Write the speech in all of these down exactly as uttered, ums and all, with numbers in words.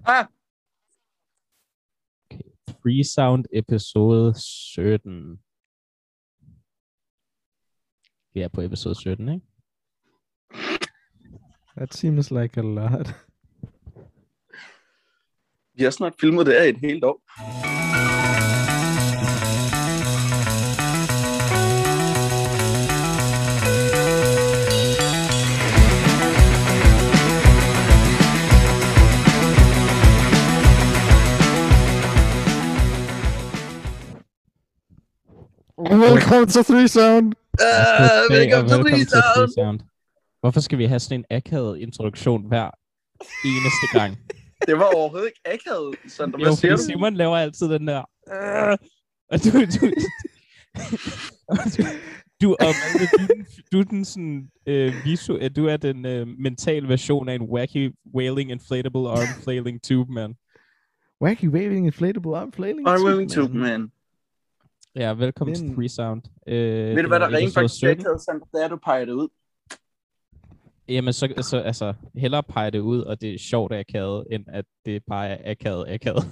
Ah! Okay. Free Sound episode sytten. Vi er på episode sytten, ikke? That seems like a lot. Vi har snart filmet det her i et helt år. Welcome to Free Sound. Uh, velkommen til Free Sound. Sound. Hvorfor skal vi have sådan en akavet introduktion hver eneste gang? Det var overhovedet ikke akavet, Sander. Hvad Jo, siger fordi du? Simon laver altid den der... Øh, og du... du, du, du, og, du, du er den sådan... Øh, visu, du er den øh, mental version af en wacky wailing inflatable arm flailing tube, man. Wacky waving inflatable arm flailing I'm tube, willing to, man. Ja, velkommen Men- til Free Sound. Øh, Ved du, hvad der rent faktisk er akavet, Sander? Det er, du peger det ud. Jamen, så, så altså, hellere pege det ud, og det er sjovt akavet, end at det bare er akavet akavet.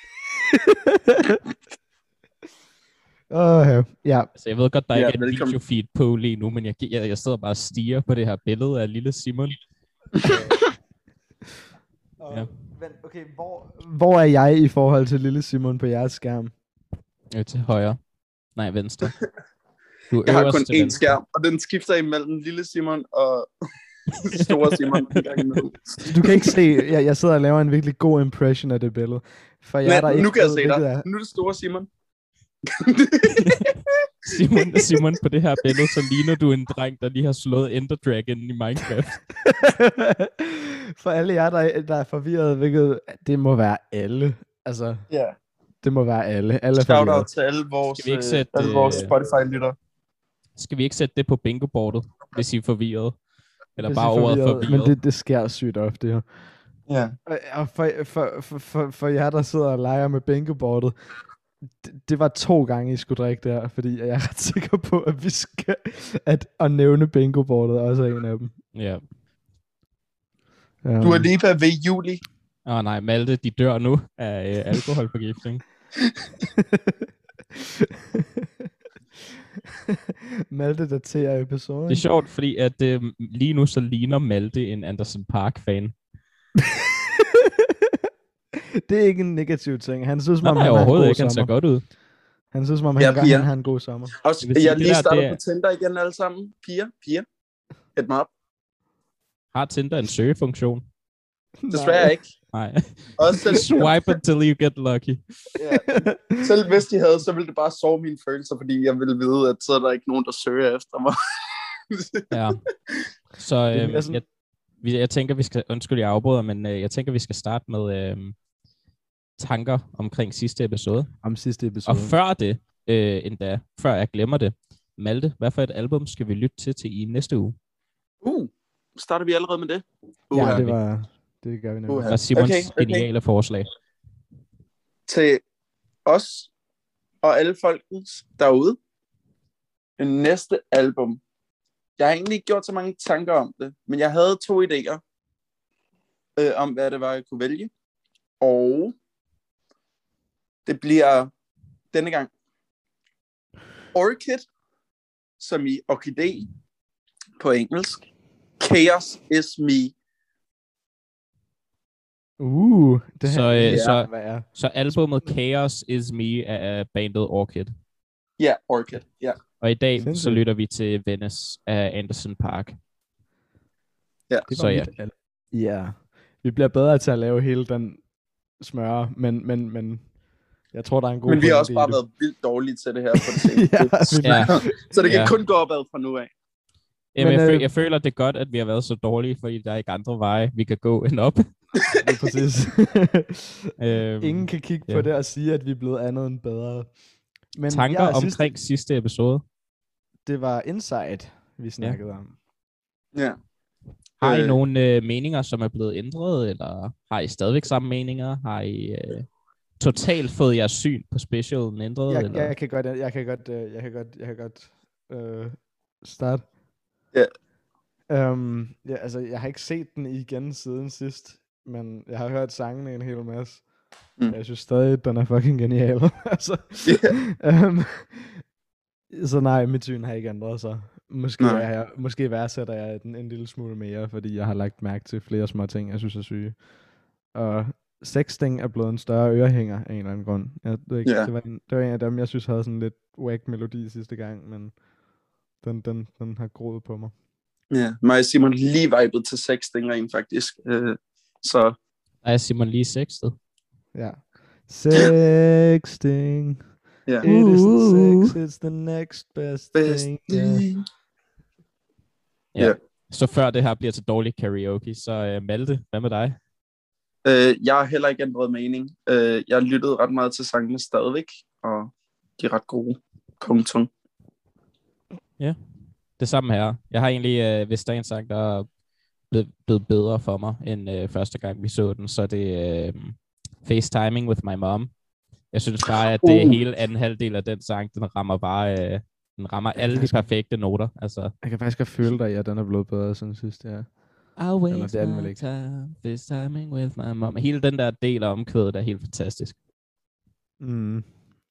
Åh, ja. Ja. Altså, jeg ved godt, der Ja, ikke er et velkommen. videofeed på lige nu, men jeg, jeg, jeg sidder bare og stiger på det her billede af lille Simon. Ja. Men okay, hvor, hvor er jeg i forhold til lille Simon på jeres skærm? Øh, til højre. Nej, venstre. Du er Jeg har øverst kun til én venstre. skærm, og den skifter imellem lille Simon og store Simon. en gang imellem. Du kan ikke se, jeg, jeg sidder og laver en virkelig god impression af det billede. For jeg der Men ikke nu kan jeg ved, se hvilket dig. er- Nu er det store Simon. Simon, Simon, på det her billede, så ligner du en dreng, der lige har slået Ender Dragon i Minecraft. For alle jer, der, er- der er forvirret, hvilket det må være alle. Altså, Ja. det må være alle. Alle er Shout out forvirret. til alle vores, Skal vi ikke øh, sætte, alle vores øh, Spotify-lyttere. Skal vi ikke sætte det på bingo-boardet, hvis I er forvirret? Eller Hvis bare I er ordet forvirret, forvirret? Men det, det sker sygt ofte, jo. Ja. Og- Og for, for, for, for, for jer, der sidder og leger med bænkebordet, det, det var to gange, I skulle drikke der, fordi jeg er ret sikker på, at vi skal, at, at nævne bingobordet også er en af dem. Ja. Um, Du er lige ved juli. Åh oh, nej, Malte, de dør nu af øh, alkoholforgiftning. Malte daterer episoden. Det er sjovt, fordi at øh, lige nu så ligner Malte en Anderson Park-fan. Det er ikke en negativ ting. Han synes, som om Nej, han har en overhovedet god ikke, han ser sommer. godt ud. Han synes, som om Ja, han, piger. han har en god sommer. Også, Det vil sige, jeg er det lige der, startet det er- på Tinder igen alle sammen. Piger, piger. Et mig op. Har Tinder en søgefunktion? Desværre ikke. Nej. Også selv, Swipe until you get lucky. ja, selv hvis de havde, så ville det bare sove mine følelser, fordi jeg ville vide, at så er der ikke nogen, der søger efter mig. Ja. Så er øhm, mere sådan- jeg, vi- jeg tænker, vi skal, undskyld, jeg afbryder, men øh, jeg tænker, vi skal starte med øhm, tanker omkring sidste episode. Om sidste episode. Og før det, øh, endda, før jeg glemmer det, Malte, hvad for et album skal vi lytte til til i næste uge? Uh, starter vi allerede med det? Uh, Ja, det var... Det gør vi nemlig. Uha. Hvad er Simons Okay, okay. geniale forslag? Til os og alle folkens derude. En næste album. Jeg har egentlig ikke gjort så mange tanker om det, men jeg havde to idéer øh, om, hvad det var, jeg kunne vælge. Og det bliver denne gang Orchid, som i orkidé på engelsk. Chaos is me. Uh, det Så, her, øh, ja, så- hvad er? Så albumet Chaos Is Me af bandet Orchid. Ja, Orchid. Ja. Og i dag så Sindssygt. lytter vi til Venice af Anderson Park. Ja. Det Så var ja. mit al- Ja. Vi bliver bedre til at lave hele den smøre, men, men, men jeg tror, der er en god Men vi har pointe også i bare det. været vildt dårlige til det her på det seneste. Ja, Ja. Så det kan Ja. kun gå opad fra nu af. Jamen, Men, jeg, føl- øh, jeg føler, det er godt, at vi har været så dårlige, fordi der er ikke andre veje, vi kan gå end op. Lige præcis. øhm, Ingen kan kigge ja. på det og sige, at vi er blevet andet end bedre. Men tanker ja, omkring sidste, sidste episode. det var Inside, vi snakkede ja. om. Ja. Har I Øh. nogle øh, meninger, som er blevet ændret, eller har I stadigvæk samme meninger? Har I øh, totalt fået jeres syn på specialen ændret? Jeg, eller? jeg kan godt, jeg kan godt, øh, jeg kan godt, jeg kan godt øh, starte. Ja. Um, ja, altså, jeg har ikke set den igen siden sidst. men jeg har hørt sangen en hel masse. Mm. Jeg synes stadig, at den er fucking genial. altså, Yeah. um, så nej, mit syn har ikke ændret sig. Måske, Nej. er jeg, måske værdsætter jeg den en lille smule mere, fordi jeg har lagt mærke til flere små ting, jeg synes er syge. Og sexting er blevet en større ørehænger af en eller anden grund. Jeg ved ikke, Ja. det, var en, det var en af dem, jeg synes havde sådan lidt whack melodi sidste gang, men den, den, den har groet på mig. Ja, mig og Simon lige vibet til sexting rent faktisk. Øh, så Der er Simon lige sextet. Ja. Sexting. ja. It isn't Uh. sex, it's the next best, Best thing. Yeah. thing. Ja. Ja. Så før det her bliver til dårlig karaoke, så uh, Malte, hvad med dig? Øh, jeg har heller ikke ændret mening. Øh, jeg lyttede ret meget til sangene stadigvæk, og de er ret gode. Punktum. Det samme her. Jeg har egentlig, uh, hvis der er en sang, der er blevet, blevet bedre for mig, end uh, første gang vi så den, så er det uh, FaceTiming with my mom. Jeg synes bare, at det Uh. hele anden halvdel af den sang, den rammer bare, uh, den rammer alle de perfekte noter. Altså, Jeg kan faktisk godt føle dig, at den er blevet bedre siden sidst, ja. I Eller waste det er den vel my ikke. time, FaceTiming with my mom. Hele den der del af omkvædet er helt fantastisk. Mm.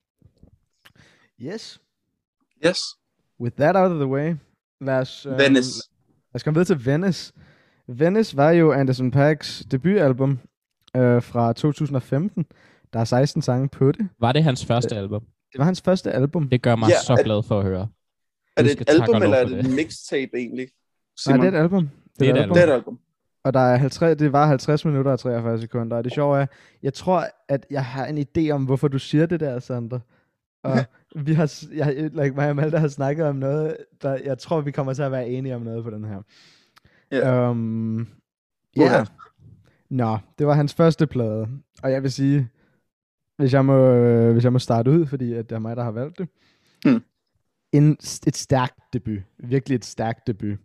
Yes. Yes. With that out of the way, lad os, um, Venice. lad os komme videre til Venice. Venice var jo Anderson .Paaks debutalbum øh, fra to tusind og femten. Der er seksten sange på det. Var det hans første album? Det var hans første album. Det gør mig Ja, så er- glad for at høre. Er Du det skal et takke og album, lov eller er for det det. et mixtape egentlig? Nej, Simon? det er et album. Det er et album. Det er et album. Og der er halvtreds, det var halvtreds minutter og treogfyrre sekunder. Og det sjove er, jeg tror, at jeg har en idé om, hvorfor du siger det der, Sander. Og vi har, s- jeg, like, mig og Malte har snakket om noget, der, jeg tror, vi kommer til at være enige om noget på den her. Ja. Um, Uha. ja. Nå, det var hans første plade. Og jeg vil sige, hvis jeg må, øh, hvis jeg må starte ud, fordi at det er mig, der har valgt det. Hmm. En, et stærkt debut. Virkelig et stærkt debut.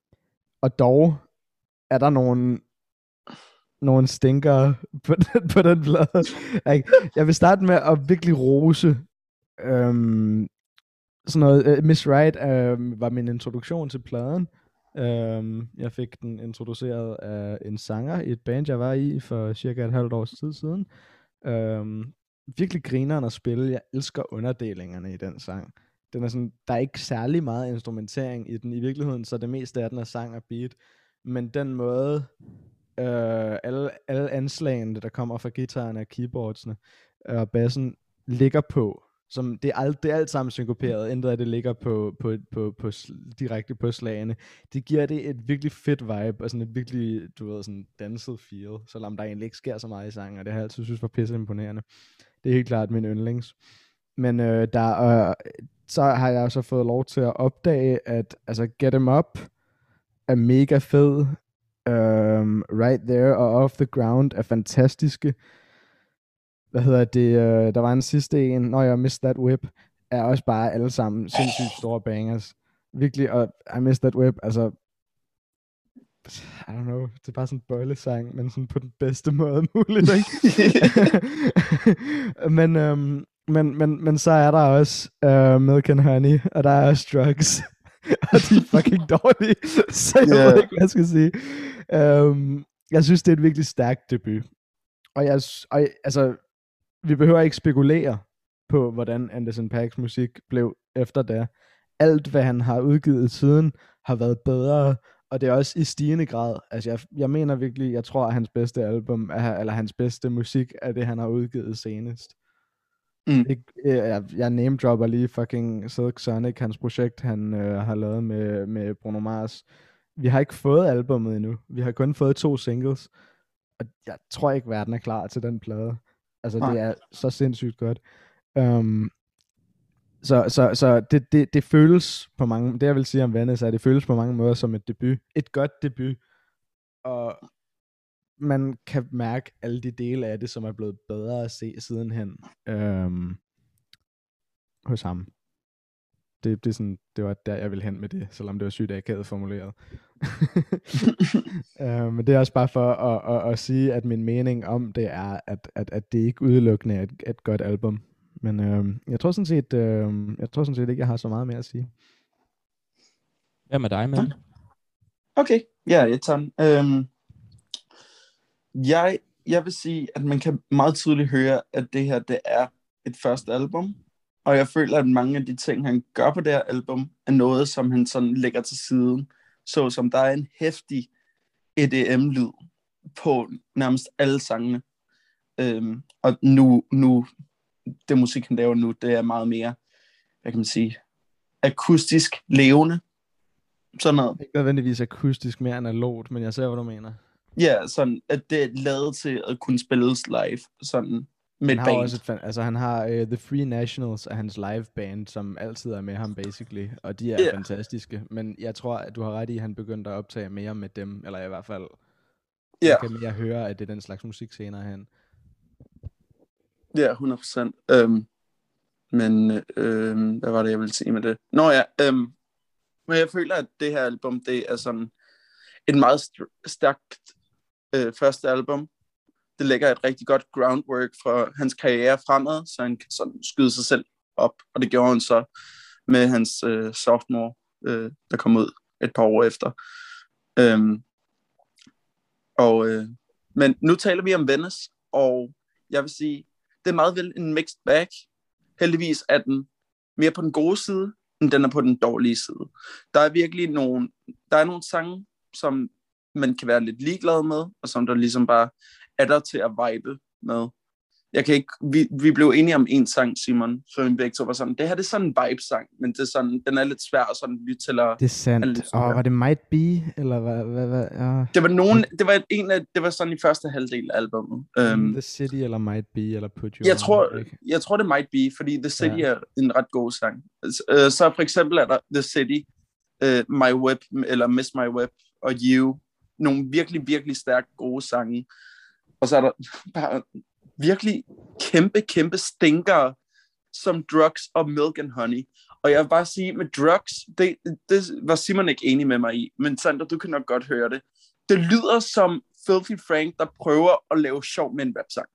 Og dog er der nogle, nogle stinker på den, på den plade. Like, jeg vil starte med at virkelig rose øhm, sådan noget. Uh, Miss Right øhm, var min introduktion til pladen. Øhm, jeg fik den introduceret af en sanger i et band, jeg var i for cirka et halvt års tid siden. Øhm, virkelig grineren at spille. Jeg elsker underdelingerne i den sang. Den er sådan, der er ikke særlig meget instrumentering i den. I virkeligheden, så det meste af den er sang og beat. Men den måde, øh, alle, alle anslagene, der kommer fra guitarerne og keyboardsene og bassen, ligger på, som det er, alt, det er alt sammen synkoperet, intet af det ligger på, på, på, på, sl- direkte på slagene. Det giver det et virkelig fedt vibe, og sådan et virkelig, du ved, sådan danset feel, selvom der egentlig ikke sker så meget i sangen, og det har jeg altid synes var pisse imponerende. Det er helt klart min yndlings. Men øh, der, øh, så har jeg så fået lov til at opdage, at altså Get 'Em Up er mega fed, um, Right There og Off the Ground er fantastiske. Hvad hedder det, øh, der var en sidste en, når jeg Miss That Whip, er også bare alle sammen sindssygt store bangers. Virkelig, og I Miss That Whip, altså, I don't know, det er bare sådan en bøjlesang, men sådan på den bedste måde muligt, ikke? men, øhm, men, men, men så er der også uh, Milk and Honey, og der er også Drugs, og de er fucking dårlige, så jeg Yeah. ved ikke, hvad jeg skal sige. Um, jeg synes, det er et virkelig stærkt debut. Og, jeg, og altså, vi behøver ikke spekulere på, hvordan Anderson .Paaks musik blev efter det. Alt, hvad han har udgivet siden, har været bedre, og det er også i stigende grad. Altså, jeg, jeg mener virkelig, jeg tror, at hans bedste album, er, eller hans bedste musik, er det, han har udgivet senest. Mm. Ik, jeg, jeg name-dropper lige fucking Silk Sonic, hans projekt, han øh, har lavet med, med Bruno Mars. Vi har ikke fået albummet endnu. Vi har kun fået to singles. Og jeg tror ikke, verden er klar til den plade. Altså, Nej. det er så sindssygt godt. Um, så så, så det, det, det føles på mange, det jeg vil sige om Venice, er, at det føles på mange måder som et debut. Et godt debut. Og man kan mærke alle de dele af det, som er blevet bedre at se sidenhen um, hos ham. Det, det, er sådan, det var der, jeg ville hen med det, selvom det var sygt akavet formuleret. uh, men det er også bare for at, at, at sige, at min mening om det er, at, at, at det ikke udelukkende er et, et godt album. Men uh, jeg tror sådan set, uh, jeg tror sådan set ikke, jeg har så meget mere at sige. Hvad med dig, mand? Okay, ja, jeg tager den. Øhm, Jeg, jeg vil sige, at man kan meget tydeligt høre, at det her, det er et første album. Og jeg føler, at mange af de ting, han gør på det her album, er noget, som han sådan lægger til siden. Så som der er en heftig E D M-lyd på nærmest alle sangene. Øhm, og nu, nu, det musik, han laver nu, det er meget mere, hvad kan man sige, akustisk levende. Sådan noget. Ikke nødvendigvis akustisk, mere analogt, men jeg ser, hvad du mener. Ja, sådan, at det er lavet til at kunne spilles live, sådan med Han et har band. også et fan, altså han har uh, The Free Nationals af hans live band, som altid er med ham basically, og de er Ja. fantastiske. Men jeg tror, at du har ret i, at han begyndte at optage mere med dem, eller i hvert fald, Ja. jeg kan mere høre, at det er den slags musik senere hen. Ja, hundrede procent. Øhm, men øhm, hvad var det, jeg ville sige med det? Nå ja, øhm, men jeg føler, at det her album, det er sådan et meget st- stærkt øh, første album. Det lægger et rigtig godt groundwork for hans karriere fremad, så han kan sådan skyde sig selv op. Og det gjorde han så med hans øh, sophomore, øh, der kom ud et par år efter. Øhm, og, øh, men nu taler vi om Venice, og jeg vil sige, det er meget vel en mixed bag. Heldigvis er den mere på den gode side, end den er på den dårlige side. Der er virkelig nogle, der er nogle sange, som man kan være lidt ligeglad med, og som der ligesom bare er der til at vibe med. Jeg kan ikke, vi, vi blev enige om en sang, Simon, så vi begge to var sådan, det her det er sådan en vibe-sang, men det er sådan, den er lidt svær at sådan lytte til. At, Det er sandt. Åh, oh, var det Might Be? Eller hvad? hvad, hvad ja. Det var nogen, det var en af, det var sådan i første halvdel af albummet. Um, The City eller Might Be eller Put You jeg On, tror, ikke? jeg tror det might be, fordi The City Ja. er en ret god sang. Uh, så for eksempel er der The City, uh, My Web eller Miss My Web og You, nogle virkelig virkelig stærke gode sange. Og så er der bare virkelig kæmpe, kæmpe stinker som Drugs og Milk and Honey. Og jeg vil bare sige, med Drugs, det, det var Simon ikke enig med mig i, men Sander, du kan nok godt høre det. Det lyder som Filthy Frank, der prøver at lave sjov med en rapsang.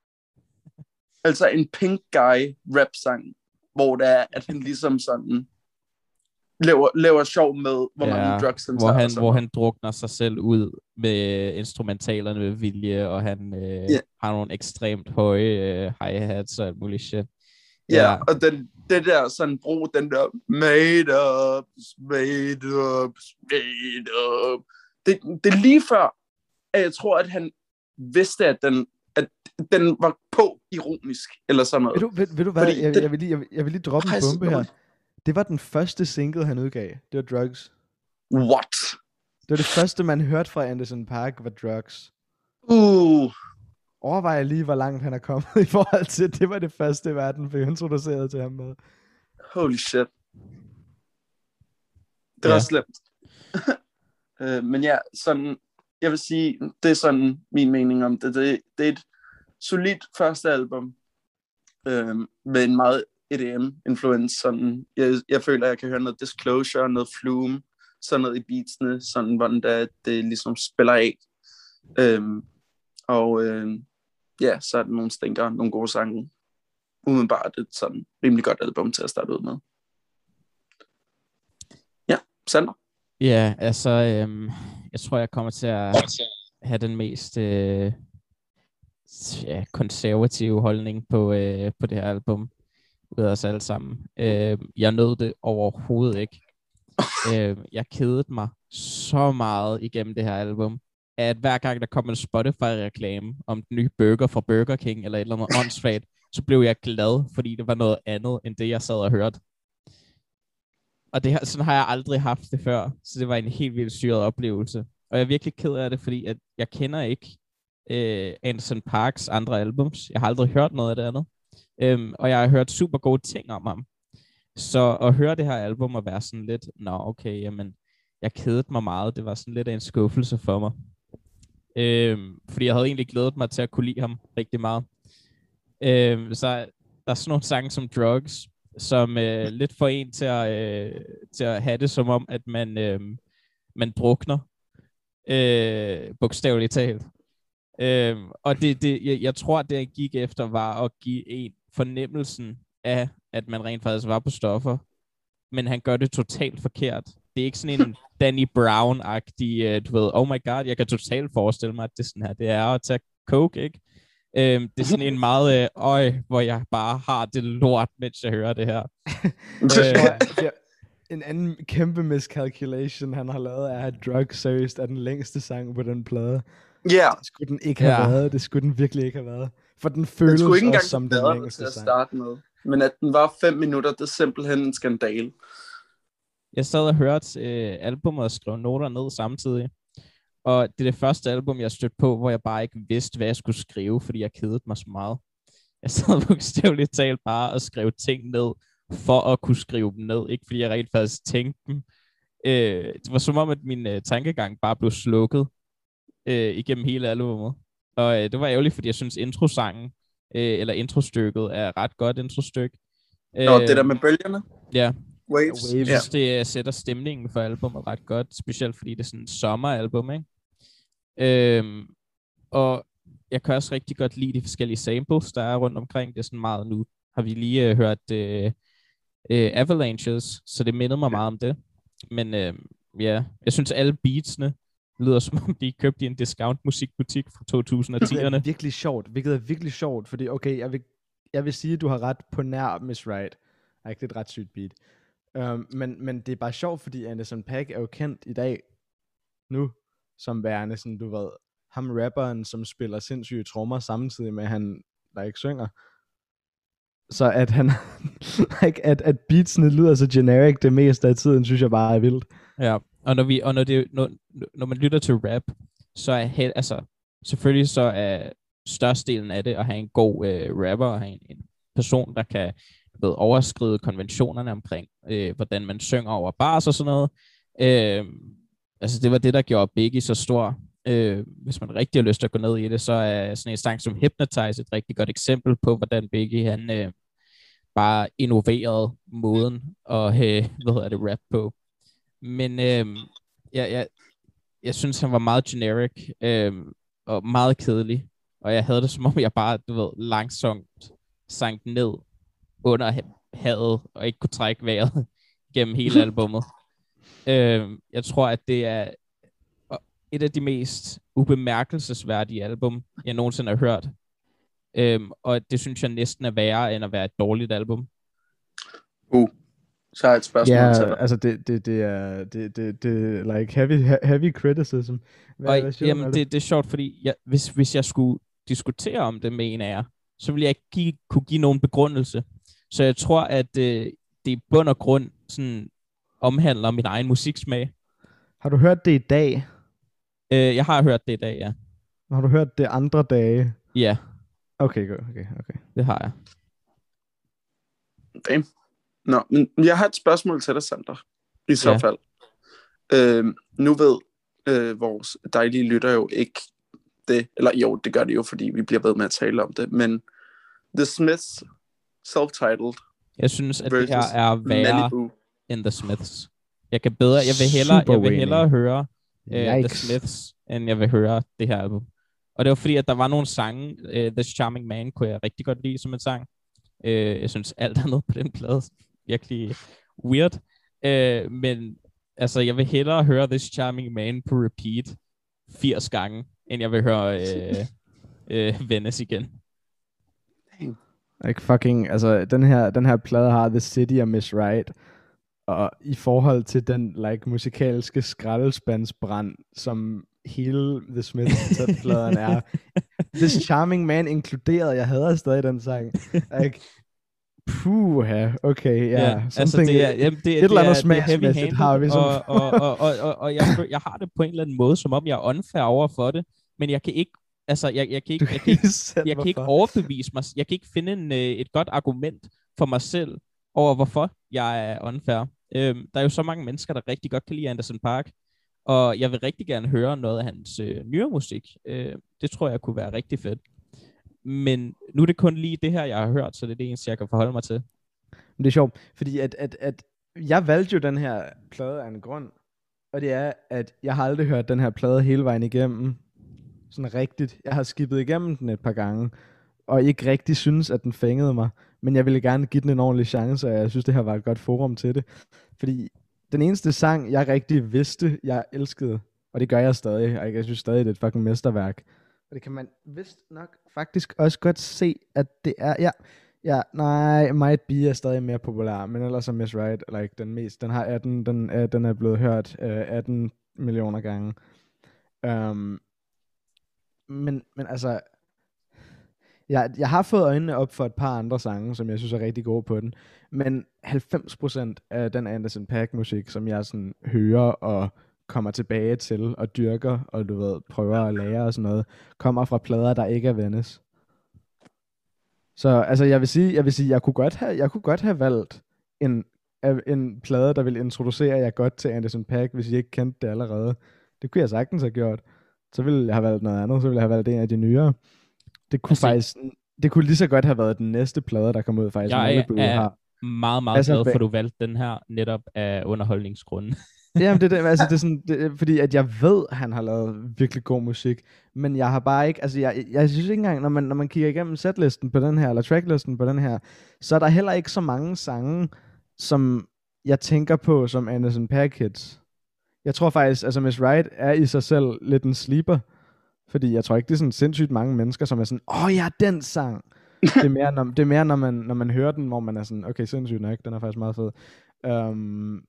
Altså en Pink Guy rapsang, hvor det er, at han ligesom sådan laver, laver sjov med, hvor Ja, mange drugs han hvor tager. han, og sådan hvor noget. han drukner sig selv ud med instrumentalerne med vilje, og han øh, Ja. har nogle ekstremt høje øh, hi-hats og alt muligt shit. Ja, og den, det der sådan bro, den der made up, made up, made up. Det, det er lige før, at jeg tror, at han vidste, at den, at den var på ironisk, eller sådan noget. Ved du, ved, ved du hvad, Fordi jeg, det- jeg, vil lige, jeg, vil, jeg vil lige droppe en Ej, bombe her. sådan- Det var den første single, han udgav. Det var Drugs. What? Det var det første, man hørte fra Anderson .Paak, var Drugs. Uh, Overvej lige, hvor langt han er kommet i forhold til, det var det første, verden fik introduceret til ham med. holy shit. Det Ja. var slemt. øh, men ja, sådan, jeg vil sige, det er sådan min mening om det. Det, det er et solidt første album, øh, med en meget E D M-influence. Sådan, jeg, jeg føler, at jeg kan høre noget Disclosure, noget Flume, sådan noget i beatsene, sådan hvordan det, det ligesom spiller af. Øh, og øh, ja, så er der nogle stinker, nogle gode sange. Umiddelbart et sådan rimelig godt album til at starte ud med. Ja, Sander? Ja, altså, øhm, jeg tror, jeg kommer til at have den mest øh, ja, konservative holdning på, øh, på det her album ud af os alle sammen. Øh, jeg nød det overhovedet ikke. øh, jeg kedede mig så meget igennem det her album, at hver gang der kom en Spotify-reklame om den nye burger fra Burger King eller et eller andet åndssvagt, så blev jeg glad, fordi det var noget andet, end det jeg sad og hørte. Og det, sådan har jeg aldrig haft det før, så det var en helt vildt syret oplevelse. Og jeg er virkelig ked af det, fordi at jeg kender ikke øh, Anderson .Paaks andre albums. Jeg har aldrig hørt noget af det andet. Øhm, og jeg har hørt super gode ting om ham. Så at høre det her album og være sådan lidt, nå okay, jamen, jeg kedede mig meget. Det var sådan lidt af en skuffelse for mig. Øhm, fordi jeg havde egentlig glædet mig til at kunne lide ham rigtig meget. Øhm, så der er sådan nogle sange som Drugs, som øh, lidt får en til at, øh, til at have det som om, at man, øh, man drukner, øh, bogstaveligt talt. Øh, og det, det, jeg, jeg tror, at det jeg gik efter var at give en fornemmelsen af, at man rent faktisk var på stoffer, men han gør det totalt forkert. det er ikke sådan en Danny Brown-agtig, uh, du ved, oh my god, jeg kan totalt forestille mig, at det er sådan her, det er at tage coke, ikke? Um, det er sådan en meget, uh, øj, hvor jeg bare har det lort, mens jeg hører det her. uh, en anden kæmpe miscalculation, han har lavet, er, at Drug seriøst er den længste sang på den plade. Ja. Yeah. Det skulle den ikke have Ja. været, det skulle den virkelig ikke have været. For den føles Den skulle ikke engang også som den bedre længste til at sang. starte med. Men at den var fem minutter, det er simpelthen en skandale. Jeg sad og hørte øh, albumet og skrev noter ned samtidig. Og det er det første album, jeg stødte på, hvor jeg bare ikke vidste, hvad jeg skulle skrive, fordi jeg kedede mig så meget. Jeg sad bogstaveligt talt bare og skrev ting ned, for at kunne skrive dem ned. Ikke fordi jeg rent faktisk tænkte dem. Øh, det var som om, at min øh, tankegang bare blev slukket øh, igennem hele albumet. Og øh, det var ærgerligt, fordi jeg synes introsangen, øh, eller introstykket, er et ret godt introstykke. Nå, Øh, det der med bølgerne? Ja. Waves. Jeg Waves. synes, det øh, sætter stemningen for albumet ret godt, specielt fordi det er sådan et sommeralbum, ikke? Øhm, og jeg kan også rigtig godt lide de forskellige samples, der er rundt omkring. Det er sådan meget, nu har vi lige øh, hørt øh, øh, Avalanches, så det mindede mig meget om det. Men øh, ja, jeg synes alle beatsene lyder som om de er købt i en discount musikbutik fra to tusind og ti'erne. Det er virkelig sjovt, hvilket er virkelig sjovt, fordi okay, jeg vil, jeg vil sige, at du har ret på nær Miss Right. Ej, det er et ret sygt beat. Um, men, men det er bare sjovt, fordi Anderson .Paak er jo kendt i dag, nu, som værende sådan, du ved, ham rapperen, som spiller sindssyge trommer, samtidig med, at han like, synger. Så at han, like, at, at beatsene lyder så generic det meste af tiden, synes jeg bare er vildt. Ja, og når, vi, og når, det, når, når man lytter til rap, så er helt, altså, selvfølgelig så er størstedelen af det at have en god øh, rapper, og have en, en person, der kan ved, overskride konventionerne omkring, øh, hvordan man synger over bars og sådan noget. Øh, altså det var det, der gjorde Biggie så stor. Øh, hvis man rigtig har lyst til at gå ned i det, så er sådan en sang som Hypnotize et rigtig godt eksempel på, hvordan Biggie han øh, bare innoverede måden at øh, hvad hedder det, rap på. Men øh, jeg, jeg, jeg synes, han var meget generic øh, og meget kedelig. Og jeg havde det som om, jeg bare, du ved, langsomt sank ned under havet og ikke kunne trække vejret gennem hele albummet. øh, jeg tror, at det er et af de mest ubemærkelsesværdige album, jeg nogensinde har hørt. Øhm, og det synes jeg næsten er værre, end at være et dårligt album. Uh, så har jeg et spørgsmål Ja, til dig. altså det, det, det er, det, det, det like heavy, heavy criticism. Hvad, Og hvad siger jamen, du, Malte? det, det er sjovt, fordi jeg, hvis, hvis jeg skulle diskutere om det med en af jer, så ville jeg ikke give, kunne give nogen begrundelse. Så jeg tror, at øh, det i bund og grund sådan, omhandler min egen musiksmag. Har du hørt det i dag? Øh, jeg har hørt det i dag, ja. Har du hørt det andre dage? Ja, Okay, godt, okay, okay. det har jeg. Okay. Nå, men jeg har et spørgsmål til dig, Sander. I så Ja. fald. Øh, nu ved øh, vores dejlige lytter jo ikke det, eller jo, det gør det jo, fordi vi bliver ved med at tale om det, men The Smiths self-titled Jeg synes, at det versus her er værre Malibu. end The Smiths. Jeg kan bedre, jeg vil hellere, Super jeg vil uenig. hellere høre uh, The Yikes. Smiths, end jeg vil høre det her album. Og det var fordi, at der var nogle sange, uh, This Charming Man kunne jeg rigtig godt lide som en sang. Uh, jeg synes alt andet på den plade virkelig weird. Uh, men altså, jeg vil hellere høre This Charming Man på repeat firs gange, end jeg vil høre uh, uh, Venice igen. Like fucking, altså den her, den her plade har The City og Miss Right, og i forhold til den like musikalske skraldespandsbrand, som hele The Smiths-pladen er, This Charming Man inkluderet, jeg hader stadig den sang. Like, puha, okay, ja. Ja, altså det er, jamen, det, et eller andet det er, det er heavy smagsmæssigt har vi handed, som... og, og, og, og, og, og jeg, føl- jeg har det på en eller anden måde, som om jeg er unfair over for det, men jeg kan ikke, altså jeg, jeg kan ikke, Du jeg kan ikke, sætte jeg kan mig ikke for. overbevise mig, jeg kan ikke finde en, øh, et godt argument for mig selv over, hvorfor jeg er unfair. Øhm, der er jo så mange mennesker, der rigtig godt kan lide Anderson .Paak, og jeg vil rigtig gerne høre noget af hans øh, nyere musik. Øh, det tror jeg kunne være rigtig fedt. Men nu er det kun lige det her, jeg har hørt, så det er det eneste, jeg kan forholde mig til. Men det er sjovt, fordi at, at, at jeg valgte jo den her plade af en grund, og det er, at jeg har aldrig hørt den her plade hele vejen igennem, sådan rigtigt. Jeg har skippet igennem den et par gange, og ikke rigtig synes, at den fængede mig, men jeg ville gerne give den en ordentlig chance, og jeg synes, det her var et godt forum til det, fordi den eneste sang, jeg rigtig vidste, jeg elskede, og det gør jeg stadig, og jeg synes stadig, det er et fucking mesterværk. Og det kan man vist nok faktisk også godt se, at det er, ja, ja, nej, Might Be er stadig mere populær, men ellers er Miss Right, like, den mest, den har atten, den, er, den er blevet hørt uh, atten millioner gange. Um, men, men altså, jeg, jeg har fået øjnene op for et par andre sange, som jeg synes er rigtig gode på den, men halvfems procent af den Anderson .Paak musik, som jeg sådan hører og kommer tilbage til og dyrker, og du ved, prøver at lære og sådan noget, kommer fra plader, der ikke er Venice. Så altså, jeg vil sige, jeg vil sige, jeg kunne godt have, jeg kunne godt have valgt en, en plade, der ville introducere jer godt til Anderson .Paak, hvis I ikke kendte det allerede. Det kunne jeg sagtens have gjort. Så ville jeg have valgt noget andet, så ville jeg have valgt en af de nyere. Det kunne altså, faktisk, det kunne lige så godt have været den næste plade, der kom ud faktisk. Jeg Malibu er har. meget, meget Altså, glad for, hvad- at du valgte den her netop af underholdningsgrunden. Jamen, det, er det, altså, det er sådan, det, er fordi at jeg ved, at han har lavet virkelig god musik, men jeg har bare ikke, altså jeg, jeg synes ikke engang, når man, når man kigger igennem setlisten på den her, eller tracklisten på den her, så er der heller ikke så mange sange, som jeg tænker på som Anderson .Paak hits. Jeg tror faktisk, altså Miss Right er i sig selv lidt en sleeper, fordi jeg tror ikke, det er sådan sindssygt mange mennesker, som er sådan, åh oh, ja, den sang. Det er mere, når, det er mere når, man, når man hører den, hvor man er sådan, okay, sindssygt nok, den er faktisk meget fed. Um,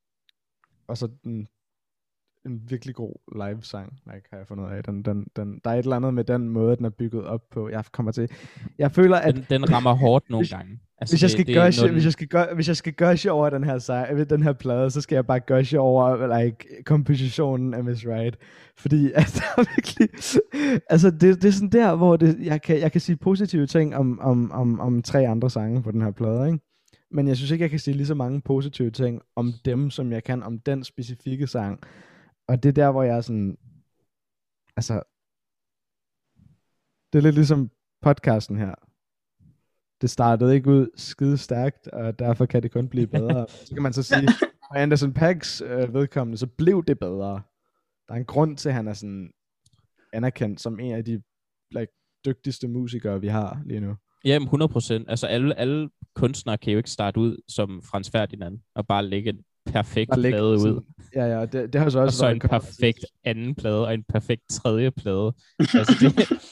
og så den, en virkelig god live-sang, like, har jeg fundet ud af. Den, den, den, der er et eller andet med den måde, den er bygget op på. Jeg kommer til, jeg føler, at Den, den rammer hårdt nogle hvis- gange. Altså, hvis jeg det- skal det er gushe, noget, hvis jeg skal gushe, hvis jeg skal gushe over den her sang, den her plade, så skal jeg bare gushe over like kompositionen af Miss Right, fordi altså virkelig, altså det, det er sådan der, hvor det, jeg kan jeg kan sige positive ting om om om om tre andre sange på den her plade, ikke? Men jeg synes ikke jeg kan sige lige så mange positive ting om dem, som jeg kan om den specifikke sang. Og det er der, hvor jeg er sådan, altså, det er lidt ligesom podcasten her. Det startede ikke ud skide stærkt, og derfor kan det kun blive bedre. Så kan man så sige, for Anderson .Paaks øh, vedkommende, så blev det bedre. Der er en grund til, at han er sådan anerkendt som en af de like, dygtigste musikere, vi har lige nu. Jamen, hundrede procent. Altså, alle, alle kunstnere kan jo ikke starte ud som Frans Ferdinand, og bare lægge en perfekt Bare lægge plade ud. sådan- Ja, ja, det, det har så Og også så været en kommet- perfekt anden plade, og en perfekt tredje plade. Altså, det,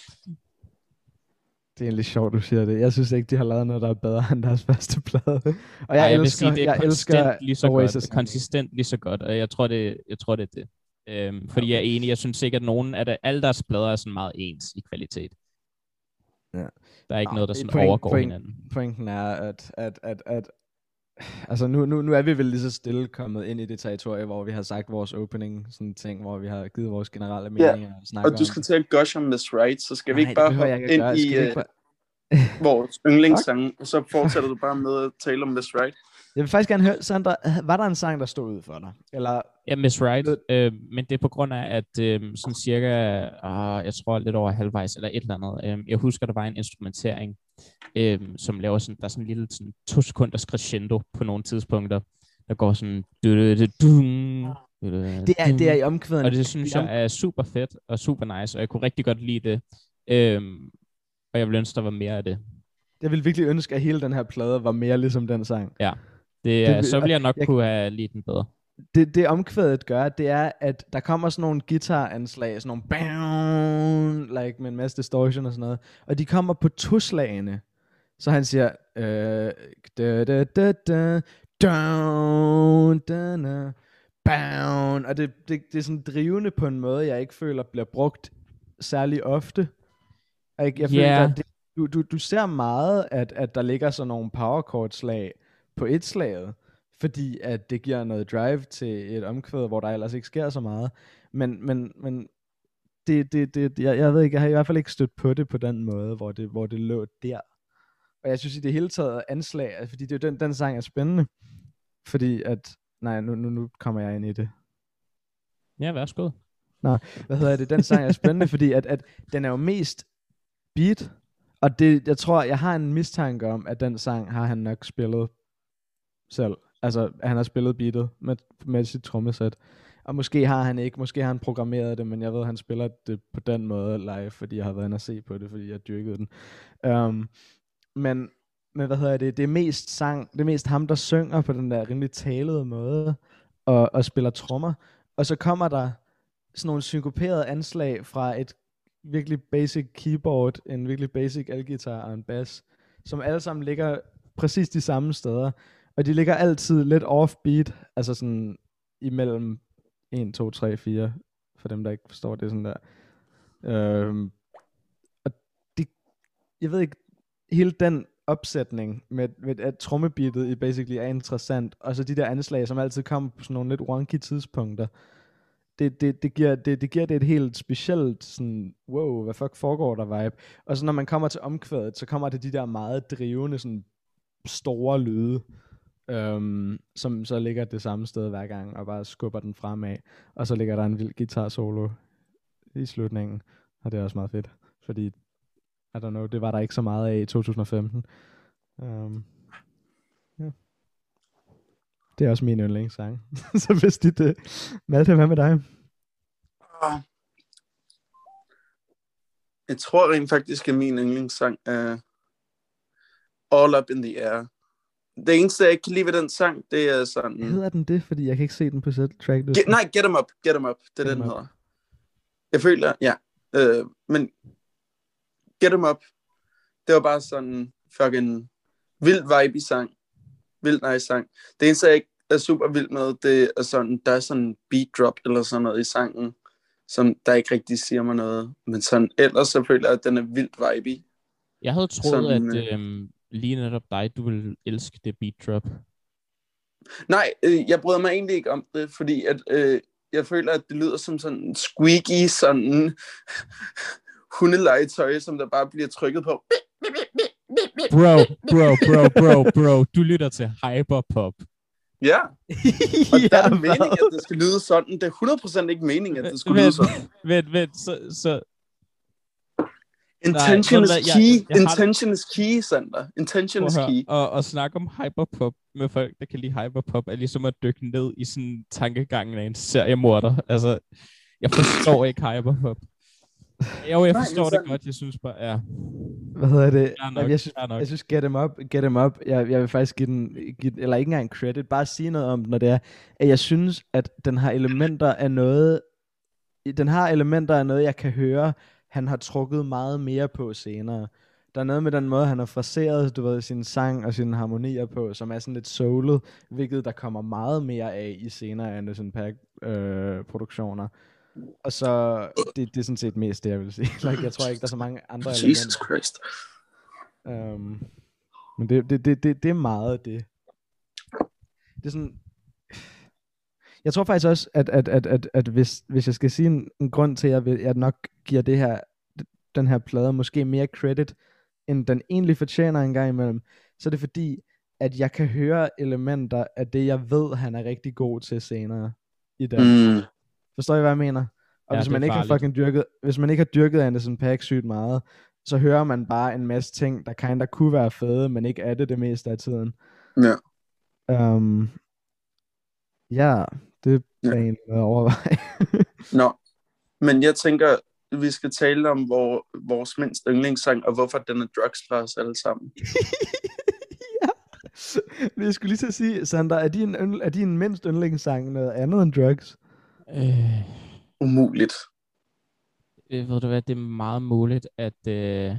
Det er egentlig sjovt, du siger det. Jeg synes ikke, de har lavet noget, der er bedre end deres første plade. Og jeg, Ej, jeg elsker, vil sige, det er jeg konsistent elsker lige så Oasis. godt. Konsistent lige så godt, og jeg tror, det, jeg tror, det er det. Øhm, fordi jeg er enig, jeg synes ikke, at nogen af det, alle deres plader er sådan meget ens i kvalitet. Ja. Der er ikke Nå, noget, der det er sådan point- overgår point- hinanden. Pointen er, at, at, at, at altså nu, nu, nu er vi vel lige så stille kommet ind i det territorie, hvor vi har sagt vores opening, sådan ting, hvor vi har givet vores generelle Ja, meninger og snakket Og du skal til at gush om Miss Right, så skal vi ikke Nej, bare det behøver jeg hoppe ikke at ind gøre. i Skal vi ikke uh, bare... vores yndlingssang, og så fortsætter du bare med at tale om Miss Right. Jeg vil faktisk gerne høre, Sandra, var der en sang, der stod ud for dig? Eller, Ja, Miss Right, øh, men det er på grund af, at øh, sådan cirka, øh, jeg tror lidt over halvvejs, eller et eller andet, øh, jeg husker, der var en instrumentering, øh, som laver sådan, der er sådan en lille sådan, to sekunders crescendo på nogle tidspunkter, der går sådan, det er, det er i omkvæden. og det synes jeg er super fedt og super nice, og jeg kunne rigtig godt lide det, øh, og jeg ville ønske, der var mere af det. Jeg vil virkelig ønske, at hele den her plade var mere ligesom den sang. Det, Det er, vil- så ville jeg nok jeg- kunne have lide den bedre. Det, det omkvædet gør, det er, at der kommer sådan nogle guitaranslag, sådan nogle bang, like med en masse distortion og sådan noget, og de kommer på toslagene. Så han siger, øh, da, da, da, da, down, da, da, bound, og det, det, det er sådan drivende på en måde, jeg ikke føler bliver brugt særlig ofte. Jeg, jeg føler, Ja. der, det, du, du, du ser meget, at, at der ligger sådan nogle power chord slag på et slaget, fordi at det giver noget drive til et omkvæd, hvor der ellers ikke sker så meget. Men, men, men det, det, det, jeg, jeg ved ikke, jeg har i hvert fald ikke stødt på det på den måde, hvor det, hvor det lå der. Og jeg synes i det hele taget anslag, altså, fordi det er jo den, den sang er spændende, fordi at, nej, nu, nu, nu kommer jeg ind i det. Ja, værsgo. Hvad hedder det? Den sang er spændende, fordi at, at den er jo mest beat, og det, jeg tror, jeg har en mistanke om, at den sang har han nok spillet selv. Altså, han har spillet beatet med, med sit trommesæt. Og måske har han ikke, måske har han programmeret det, men jeg ved, at han spiller det på den måde live, fordi jeg har været inde og se på det, fordi jeg dyrkede den. Um, men, men hvad hedder det? Det er mest sang, det er mest ham, der synger på den der rimelig talede måde. og, og spiller trommer, og så kommer der sådan nogle synkoperede anslag fra et virkelig basic keyboard, en virkelig basic elgitar og en bass, som alle sammen ligger præcis de samme steder, og de ligger altid lidt offbeat, altså sådan imellem en, to, tre, fire, for dem der ikke forstår det sådan der. Øhm, og det, jeg ved ikke, hele den opsætning med, med at trommebeatet i basically er interessant, og så de der anslag, som altid kommer på sådan nogle lidt wonky tidspunkter, det, det, det, giver, det, det giver det et helt specielt sådan, wow, hvad fuck foregår der vibe. Og så når man kommer til omkvædet, så kommer det de der meget drivende, sådan store lyde, øhm, som så ligger det samme sted hver gang, og bare skubber den fremad. Og så ligger der en vild guitar solo i slutningen, og det er også meget fedt, fordi I don't know, det var der ikke så meget af i to tusind og femten. Um, ja. Det er også min yndlingssang. Så hvis dit det, Malte, hvad med dig? Jeg tror rent faktisk, at min yndlingssang er All Up in the Air. Det eneste, jeg ikke kan lide ved den sang, det er sådan... Hedder den det? Fordi jeg kan ikke se den på track. Get, nej, Get 'em Up. Get 'em Up. Det er den, den hedder. Jeg føler, ja. Øh, men Get 'em Up, det var bare sådan fucking vild vibe i sang. Vild nice sang. Det eneste, jeg ikke er super vild med, det er sådan, der er sådan en beat drop eller sådan noget i sangen, som der ikke rigtig siger mig noget. Men sådan, ellers så føler jeg, at den er vildt vibe i. Jeg havde troet, sådan, at øhm, lige netop dig, du ville elske det beat drop. Nej, øh, jeg bryder mig egentlig ikke om det, fordi at, øh, jeg føler, at det lyder som sådan en squeaky, sådan hundelegetøj, som der bare bliver trykket på. Bro, bro, bro, bro, bro, du lytter til hyperpop. Ja, og der er det meningen, at det skal lyde sådan. Det er hundrede procent ikke meningen, at det skulle lyde sådan. Vent, vent, så... så... Intention Nej, is jeg, key. jeg, jeg Intention is key, Sander. Intention is key. Og, og snakke om hyperpop med folk, der kan lide hyperpop, er ligesom at dykke ned i sådan tankegangen af en seriemorder. Altså, jeg forstår ikke hyperpop. Jo, jeg Nej, forstår sådan... det godt. Jeg synes bare, ja. Hvad hedder det? Ja, nok, jeg, synes, ja, nok. jeg synes, Get 'em Up, Get 'em Up, jeg, jeg vil faktisk give den, give, eller ikke engang credit, bare sige noget om den, når det er, at jeg synes, at den har elementer af noget, den har elementer af noget, jeg kan høre, han har trukket meget mere på senere. Der er noget med den måde, han har fraseret, du ved, sin sang og sine harmonier på, som er sådan lidt soulet, hvilket der kommer meget mere af i senere Anderson Paak øh, produktioner. Og så, det, det er sådan set mest det, jeg vil sige. like, jeg tror ikke, der er så mange andre Jesus elementer. Jesus Christ. Um, men det, det, det, det, det er meget det. Det er sådan... Jeg tror faktisk også, at, at, at, at, at hvis, hvis jeg skal sige en, en grund til, at jeg, jeg nok giver det her, den her plade måske mere credit, end den egentlig fortjener en gang imellem, så er det fordi, at jeg kan høre elementer af det, jeg ved, han er rigtig god til senere i den. Mm. Forstår I, hvad jeg mener? Og ja, hvis man ikke farligt. har fucking dyrket, hvis man ikke har dyrket Anderson Paak sygt meget, så hører man bare en masse ting, der kinda kunne være fede, men ikke er det det meste af tiden. Ja. Um, ja, det er ja. egentlig noget at overveje. Nå, men jeg tænker, vi skal tale om hvor, vores mindst yndlingssang, og hvorfor den er drugs for os alle sammen. Ja. Jeg skulle lige så sige, Sander, er din, er din mindst yndlingssang noget andet end drugs? Øh, Umuligt. Øh, ved du hvad, det er meget muligt, at... Øh...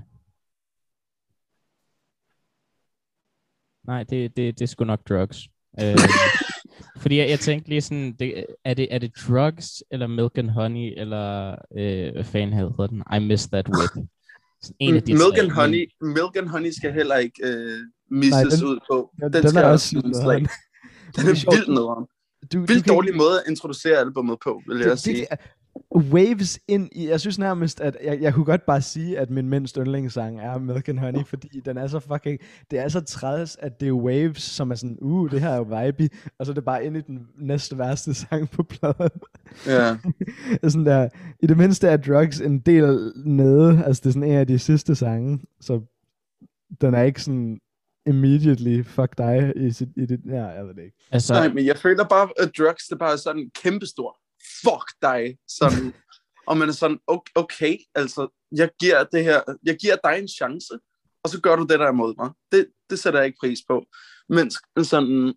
Nej, det, det, det er sgu nok drugs. øh, fordi jeg, jeg tænkte lige sådan, det, er, det, er det drugs, eller milk and honey, eller øh, hvad fanden hedder den? I Miss That Whip. En af de milk tre, and honey, men... milk and honey skal heller ikke øh, misses Nej, den, ud på. Den, den skal er også den er vildt nederen. Du, vildt du dårlig kan... måde at introducere albumet på, vil jeg det, sige. Det, waves ind i, jeg synes nærmest, at jeg, jeg kunne godt bare sige, at min mindst yndlingssang er Milk and Honey, fordi den er så fucking, det er så træls, at det er waves, som er sådan, uh, det her er jo vibe, og så er det bare ind i den næste værste sang på pladen. Ja. Sådan der, i det mindste er drugs en del nede, altså det er sådan en af de sidste sange, så den er ikke sådan immediately fuck dig i, sit, i det, ja, jeg ved det ikke. Altså... Nej, men jeg føler bare, at drugs, det er bare sådan en kæmpestor fuck dig, sådan, og man er sådan, okay, okay, altså, jeg giver det her, jeg giver dig en chance, og så gør du det der imod mig. Det, det sætter jeg ikke pris på. Men sådan,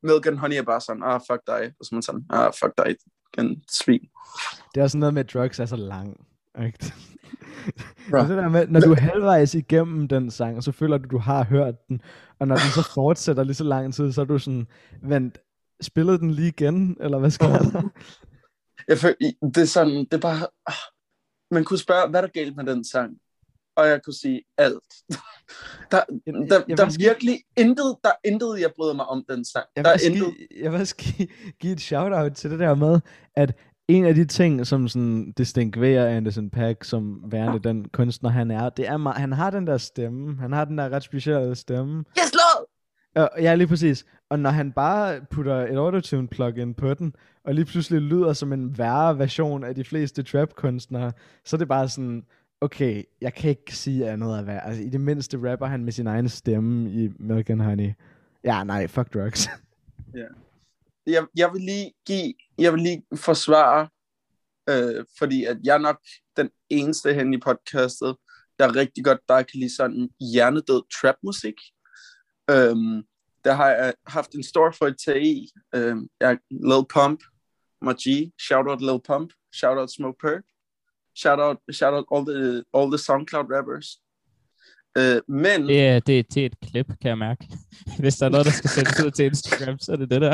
Milk and Honey er bare sådan, ah, fuck dig. Og så er man sådan, ah, fuck dig, en svin. Det er også noget med, at drugs er så lang. Ikke? Bro. Det der med, når du er halvvejs igennem den sang, og så føler du, du har hørt den, og når den så fortsætter lige så lang tid, så er du sådan, vent, spillede den lige igen, eller hvad skal der? Jeg føler, det er sådan, det er bare, ah, man kunne spørge, hvad er der galt med den sang? Og jeg kunne sige alt. der Jeg- der, jeg der vil er virkelig intet, der er intet, jeg bryder mig om den sang. Jeg Der vil, er også intet. give, jeg vil også give, give et shout-out til det der med, at en af de ting, som sådan distinguerer Anderson .Paak som værende den kunstner, han er, det er, meget- han har den der stemme. Han har den der ret specielle stemme. Jeg slår! Og, ja, lige præcis. Og når han bare putter et autotune plugin på den, og lige pludselig lyder som en værre version af de fleste trap-kunstnere, så er det bare sådan, okay, jeg kan ikke sige andet af hvad. Altså, i det mindste rapper han med sin egen stemme i Milk and Honey. Ja, nej, fuck drugs. Jeg, jeg vil lige give, jeg vil lige forsvare, øh, fordi at jeg er nok den eneste hen i podcastet, der rigtig godt bare kan lide sådan hjernedød trap-musik. Øhm, der har jeg haft en stor fortæ i. Øhm, jeg Lil Pump, my G, shout out Lil Pump, shout out Smoke Perk, shout out, shout out all the, all the SoundCloud rappers. Øh, men... Ja, det er til et klip, kan jeg mærke. Hvis der er noget, der skal sendes ud til Instagram, så er det det der.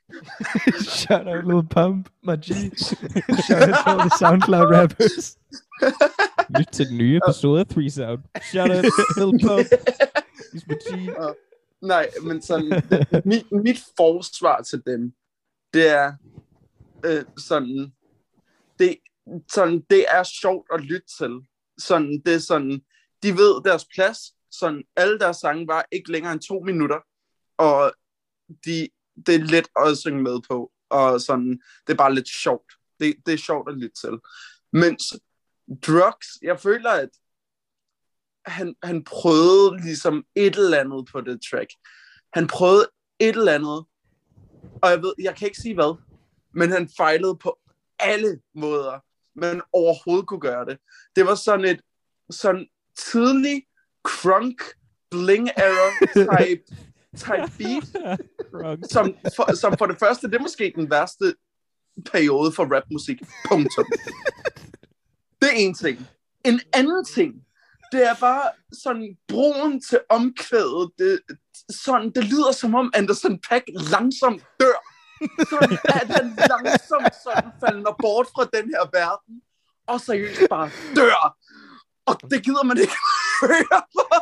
Shout out Lil Pump, my G. Shout out to all the SoundCloud rappers. Lyt til den nye episode af Three Sound. Shout out Lil Pump. He's my G. Uh, nej, men sådan, det, mit, mit forsvar til dem, det er øh, sådan, det, sådan, det er sjovt at lytte til. Sådan, det er sådan, de ved deres plads, sådan, alle deres sange var ikke længere end to minutter, og de, det er let at synge med på, og sådan, det er bare lidt sjovt. Det, det er sjovt at lytte til. Mens Drugs, jeg føler, at han, han prøvede ligesom et eller andet på det track. Han prøvede et eller andet, og jeg ved, jeg kan ikke sige hvad, men han fejlede på alle måder, man overhovedet kunne gøre det. Det var sådan et sådan tidlig crunk bling error type, type beat, som for, som for det første, det er måske den værste periode for rapmusik. Punktum. Det er en ting. En anden ting, det er bare sådan broen til omkvædet. Det, sådan, det lyder som om Anderson .Paak langsomt dør. Sådan at han langsomt sådan falder bort fra den her verden, og seriøst bare dør. Og det gider man ikke høre.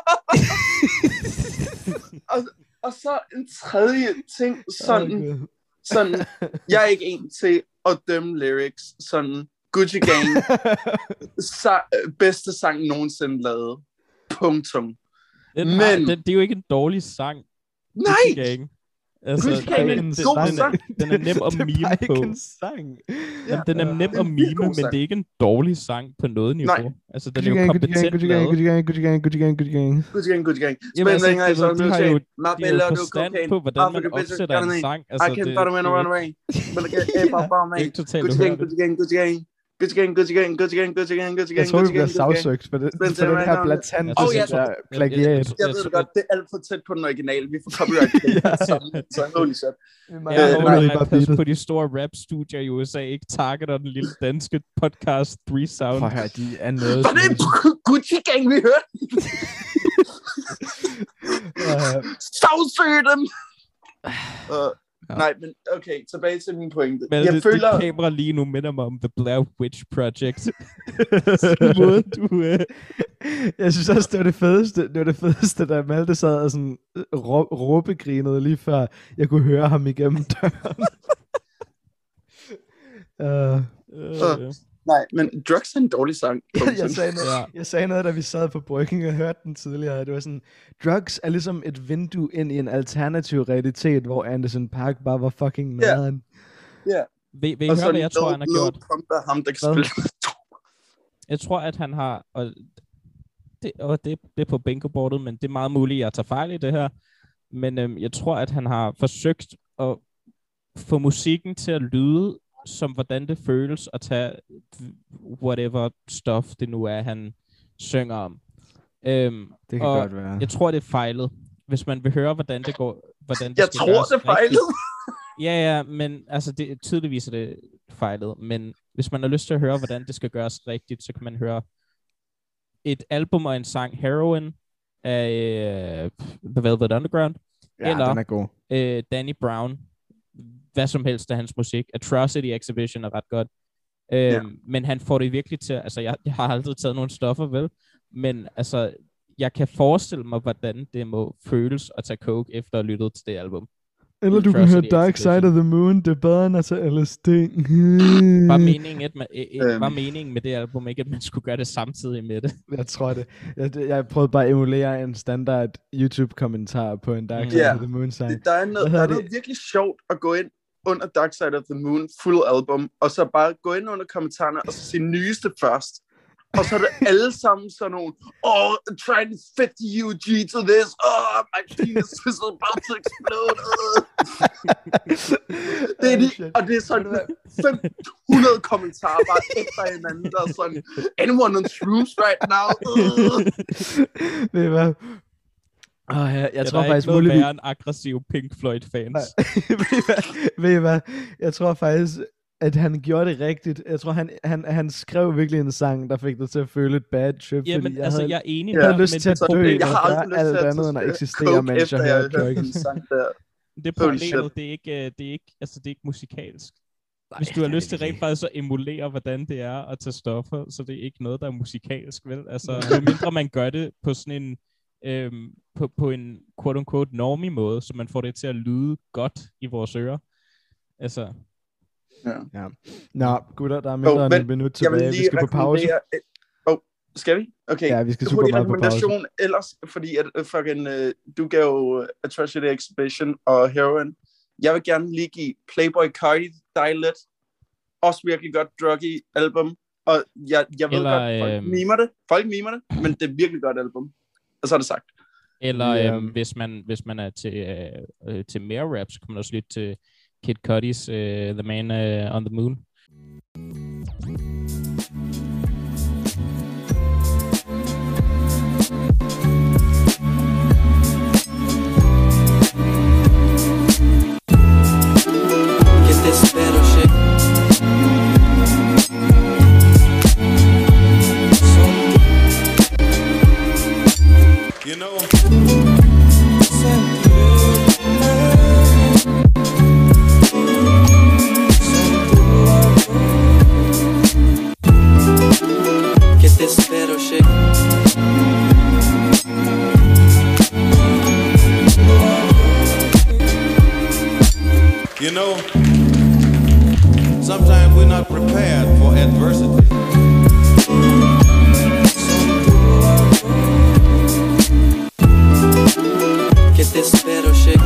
og, og så en tredje ting, sådan, sådan, jeg er ikke en til at dømme lyrics, sådan, Gucci Gang, sa- bedste sang nogensinde lavet. Punktum. Den Men- har, den, det er jo ikke en dårlig sang. Nej! Gucci Gang. Altså, Gucci Gang den, er en den, god den, sang. den er nem at Det er mime bare på. ikke en sang. Jamen, den er nem det er at en virkelig mime, god men sang. det er ikke en dårlig sang på noget niveau. Nej. Altså, den er Gucci jo gang, Gucci gang, kompetent Gucci gang, lavet. Gucci gang, Gucci gang, Gucci gang, Gucci gang. Gucci Gang, Gucci Gang. Jamen, altså, Spend det, længere i ved, de har jo, My de har jo belly, do forstand cocaine. på, hvordan Half man of the bitches opsætter en got an sang. I Altså, can det, follow in det, a runaway. But I get hip hop on me. det er ikke totalt Gucci Gang, uhørligt. Gucci Gang, Gucci Gang. Gucci Gang, Gucci Gang, Gucci Gang, Gucci Gang, Gucci Jeg Gang, tror, vi Gucci bliver Gang, Gucci Gang. sagsøgt for, det, Spend for den her time blatante Oh, oh, yes. der plagiat. Jeg ved det godt, det er alt for tæt på den originale. Vi får copyright på det sammen. Så holy shit. Jeg Øh, håber, nej, at bare man passer beatet. på de store rap-studier i U S A ikke targeter den lille danske podcast Three Sound. Prøv at høre, de er noget... Var det Gucci Gang, vi hørte? Uh, Sagsøg dem! Uh, Ja. Nej, men okay, tilbage til min pointe. Men Jeg det, føler... dit kamera lige nu minder mig om The Blair Witch Project. Den måde, du... Uh... jeg synes også, det var det fedeste, det var det fedeste, da Malte sad og sådan rå- råbegrinede lige før jeg kunne høre ham igennem døren. uh, Uh, Nej, men Drugs er en dårlig sang. jeg, sagde noget, Ja. jeg sagde noget, da vi sad på Bryggen og hørte den tidligere. Det var sådan, drugs er ligesom et vindue ind i en alternativ realitet, hvor Anderson .Paak bare var fucking Ja. madden. vil, vil I høre, hvad jeg tror, han har gjort? Pump er ham, der kan Hvad? spille. Jeg tror, at han har... Og det, og det, det er på bingo-bordet, men det er meget muligt, at jeg tager fejl i det her. Men øhm, jeg tror, at han har forsøgt at få musikken til at lyde som hvordan det føles at tage whatever stuff det nu er, han synger om. Øhm, Det kan og godt være. jeg tror, det er fejlet. Hvis man vil høre, hvordan det går, hvordan det Jeg skal tror, gøres det fejlede. Ja, ja, men altså, det, tydeligvis er det fejlet. Men hvis man har lyst til at høre, hvordan det skal gøres rigtigt, så kan man høre et album og en sang, Heroin, af uh, The Velvet Underground. Ja, eller den er god. Uh, Danny Brown. Hvad som helst af hans musik. Atrocity Exhibition er ret godt. Uh, Ja. Men han får det virkelig til, altså jeg, jeg har aldrig taget nogen stoffer, vel? Men altså, jeg kan forestille mig, hvordan det må føles at tage coke efter at have lyttet til det album. Eller du kan høre Atrocity Dark Side Exhibition. of the Moon, det er bedre end at tage L S D. Var meningen, at man, øh, Øhm. var meningen med det album ikke, at man skulle gøre det samtidig med det? Jeg tror det. Jeg, jeg prøvede bare at emulere en standard YouTube-kommentar på en Dark Mm. Side Ja. of the Moon sang. Det, der er noget, Hvad der hedder er noget det? virkelig sjovt at gå ind under Dark Side of the Moon full album, og så bare gå ind under kommentarerne og så se nyeste først. Og så er det alle sammen sådan nogle, oh, I'm trying to fit the U G to this, oh, my penis is about to explode. det er de, og det er sådan fem hundrede kommentarer bare efter hinanden, der er sådan, anyone on shrooms right now? Ved I hvad? Oh, ja, jeg Ja, tror der er faktisk ikke noget muligvis... værre end aggressive Pink Floyd-fans. Nej. ved, I hvad? Ved I hvad? Jeg tror faktisk, at han gjorde det rigtigt. Jeg tror, han, han, han skrev virkelig en sang, der fik dig til at føle et bad trip. Jamen, fordi jeg altså, havde, jeg er enig. jeg havde Ja, lyst men til at det dø, problem- Jeg har og aldrig gøre lyst til alt at andet end at tage eksistere, coke mens jeg efter, hører jeg har hørt drugs. den sang der. Det er Holy problemet, shit. det er ikke, øh, det er ikke, altså, det er ikke musikalsk. Nej, Hvis du har det er lyst til det rent ikke. faktisk at emulere, hvordan det er at tage stoffer, så det er ikke noget, der er musikalsk, vel? Altså, jo mindre man gør det på sådan en, øhm, på, på en quote-unquote normie måde, så man får det til at lyde godt i vores ører. Altså, Ja. Nå, gutter, der er mindre Oh, end men et minut Jeg vil tilbage. Vi lige skal på pause. rekommendere... Åh, oh, skal vi? Okay. Ja, vi skal super Hurtig meget på pause. rekommendation ellers, fordi at, uh, fucking, uh, du gav uh, Atrocity Exhibition og Heroin. Jeg vil gerne lige give Playboy Cardi Die Lit. Også virkelig godt druggy album. Og jeg, jeg ved Eller, godt, folk øhm, mimer det. Folk mimer det, men det er virkelig godt album. Og så er det sagt. eller Vi, øhm, øhm, hvis, man, hvis man er til, øh, øh, til mere rap, så kan man også lytte til Kid Cudi's øh, The Man øh, on the Moon. Get this better shit. You know, Get this better shit. you know, sometimes we're not prepared for adversity. Get this better shit.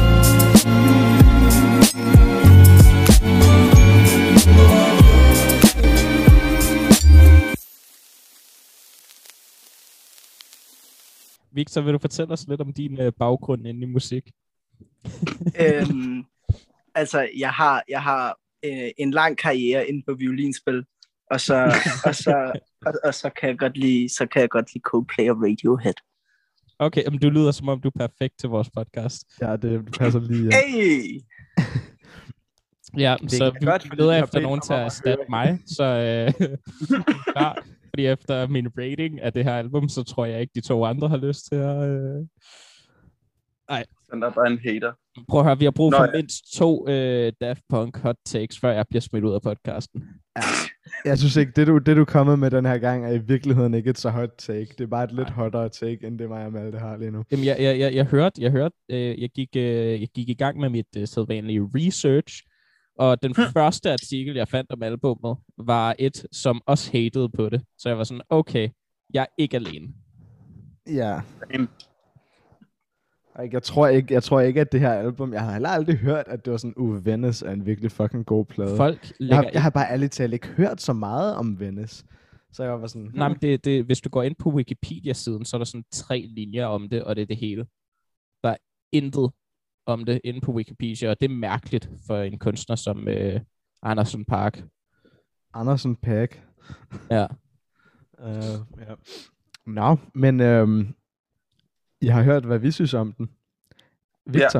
Victor, vil du fortælle os lidt om din øh, baggrund inde i musik? øhm, altså, jeg har, jeg har øh, en lang karriere inden for violinspil, og så, og så, og, og så kan jeg godt lide, så kan jeg godt lide Coldplay og Radiohead. Okay, men du lyder som om, du er perfekt til vores podcast. Ja, det passer lige. Ja. Hey! Ja, Det så kan vi, godt, vi fordi leder jeg har efter bedt nogen om til at at erstatte høre. mig, så øh, klar. Fordi efter min rating af det her album, så tror jeg ikke, de to andre har lyst til at... Øh... Den der er bare en hater. Prøv at høre, vi har brug Nå, for ja. mindst to øh, Daft Punk hot takes, før jeg bliver smidt ud af podcasten. Jeg synes ikke, det du, det du er kommet med den her gang, er i virkeligheden ikke et så hot take. Det er bare et lidt hottere take, end det mig og Malte har lige nu. Jamen, jeg, jeg, jeg, jeg hørte, jeg, hørte øh, jeg, gik, øh, jeg gik i gang med mit øh, sædvanlige research, og den hmm. første artikel, jeg fandt om albummet, var et, som også hatede på det. Så jeg var sådan, okay, jeg er ikke alene. Ja. Same. Ikke, Jeg tror ikke, jeg tror ikke, at det her album... Jeg har heller aldrig hørt, at det var sådan, uh, Venice er en virkelig fucking god plade. Folk jeg, lægger har, jeg har bare ærligt talt ikke hørt så meget om Venice. Så jeg var sådan... Nej, men det, det, hvis du går ind på Wikipedia-siden, så er der sådan tre linjer om det, og det er det hele. Der er intet om det inde på Wikipedia, og det er mærkeligt for en kunstner som øh, Andersen Park. Andersen Pack. Ja. Uh, ja. Nå, men øhm, I har hørt, hvad vi synes om den. Victor,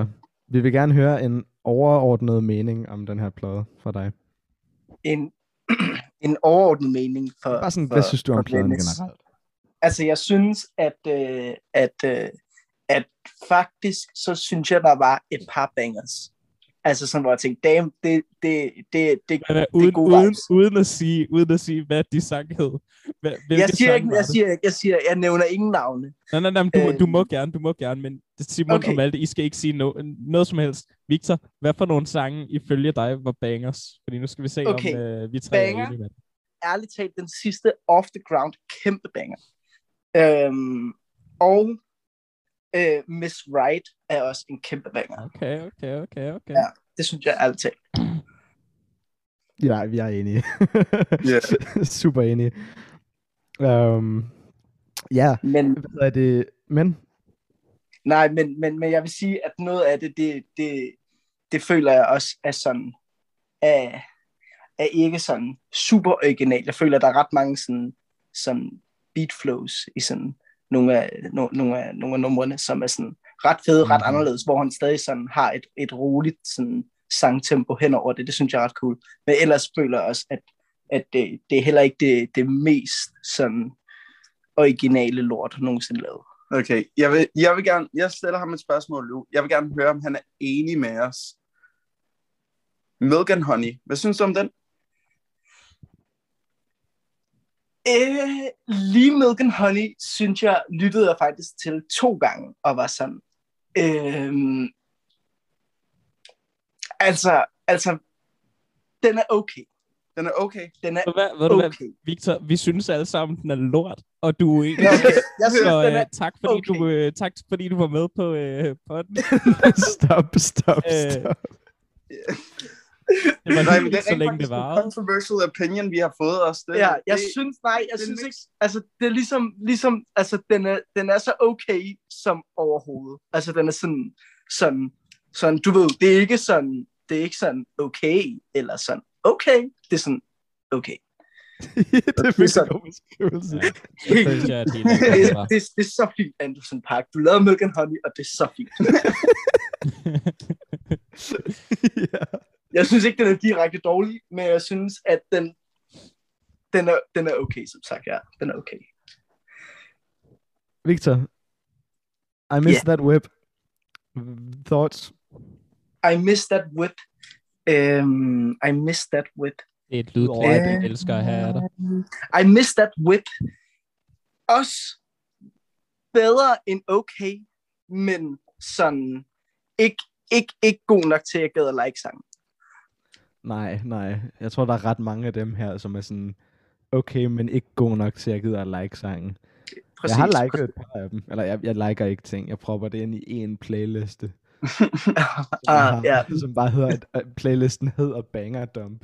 Vi vil gerne høre en overordnet mening om den her plade fra dig. En, en overordnet mening for... Bare sådan, for, hvad synes du om for pladen Dennis. generelt? Altså, jeg synes, at, øh, at, øh, at faktisk, så synes jeg, der var et par bangers. Altså sådan, hvor jeg tænkte, damn, det, det, det, det, Men, uh, det uden, er gode uden, vibes. uden, at sige, uden at sige, hvad de sang hed. Hvad, Jeg siger ikke, jeg siger ikke, jeg siger, jeg nævner ingen navne. Nej, nej, nej, men du, Øh. du må gerne, du må gerne, men Simon Okay. og Malte, I skal ikke sige no, noget som helst. Victor, hvad for nogle sange ifølge dig var bangers? Fordi nu skal vi se, Okay. om uh, vi tre er Banger. enige med det. Ærligt talt, den sidste Off the Ground, kæmpe banger. Øhm, og øh, Miss Right er også en kæmpe banger. Okay, okay, okay, okay. Ja. Det synes jeg ærligt talt. Ja, vi er enige. Ja. Super enige. Um, ja, Men, hvad er det? Men? nej, men, men, men jeg vil sige, at noget af det, det, det, det føler jeg også er sådan, er, er ikke sådan super original. Jeg føler, at der er ret mange sådan, sådan beat flows i sådan nogle af, no, nogle af, nogle af numrene, som er sådan ret fede, ret Mhm. anderledes, hvor han stadig sådan har et, et roligt sådan sangtempo hen over det. Det synes jeg er ret cool. Men ellers føler jeg også, at, at det, det er heller ikke det, det mest sådan originale lort, nogensinde lavet. Okay, jeg vil, jeg vil gerne, jeg stiller ham et spørgsmål nu. Jeg vil gerne høre, om han er enig med os. Milk and Honey, hvad synes du om den? Øh, lige Milk and Honey, synes jeg, lyttede jeg faktisk til to gange, og var sådan, øhm, altså, altså, den er okay. Den er okay. Den er Så hvad, ved du hvad, okay. Victor, vi synes alle sammen, den er lort, og du er uenig. Ja, okay. Jeg synes, Så den øh, er tak, fordi okay. du, øh, tak fordi du var med på, øh, på den. stop, stop, Øh, stop. Det var Nej, men helt, det er så rent længe faktisk det en varede. controversial opinion, vi har fået os. Det, Ja, jeg det, synes, nej, jeg det er synes mix. ikke, altså, det er ligesom, ligesom altså, den er, den er så okay som overhovedet. Altså, den er sådan, sådan, sådan, du ved, det er ikke sådan, det er ikke sådan okay, eller sådan okay, det er sådan okay. det er virkelig sådan- god beskrivelse. Ja, det synes jeg er et helt det, andet det, svar. det, det er så fint, Anderson Park. Du lavede Milk and Honey, og det er så fint. ja. Jeg synes ikke, den er direkte dårlig, men jeg synes, at den, den, er, den er okay, som sagt, ja. Den er okay. Victor, I missed Yeah. that whip. Thoughts? I miss that whip. Um, I miss that whip. Det er et lydklip, jeg elsker at have af dig. I miss that whip. Også bedre end okay, men sådan ikke, ikke, ikke god nok til, at jeg gad at like sangen. Nej, nej. Jeg tror, der er ret mange af dem her, som er sådan, okay, men ikke god nok til, at jeg gider at like sangen. Præcis. Jeg har liket et par af dem. Eller jeg, jeg liker ikke ting. Jeg propper det ind i en playliste. ah, ja. Som bare hedder, at playlisten hedder Banger Dump.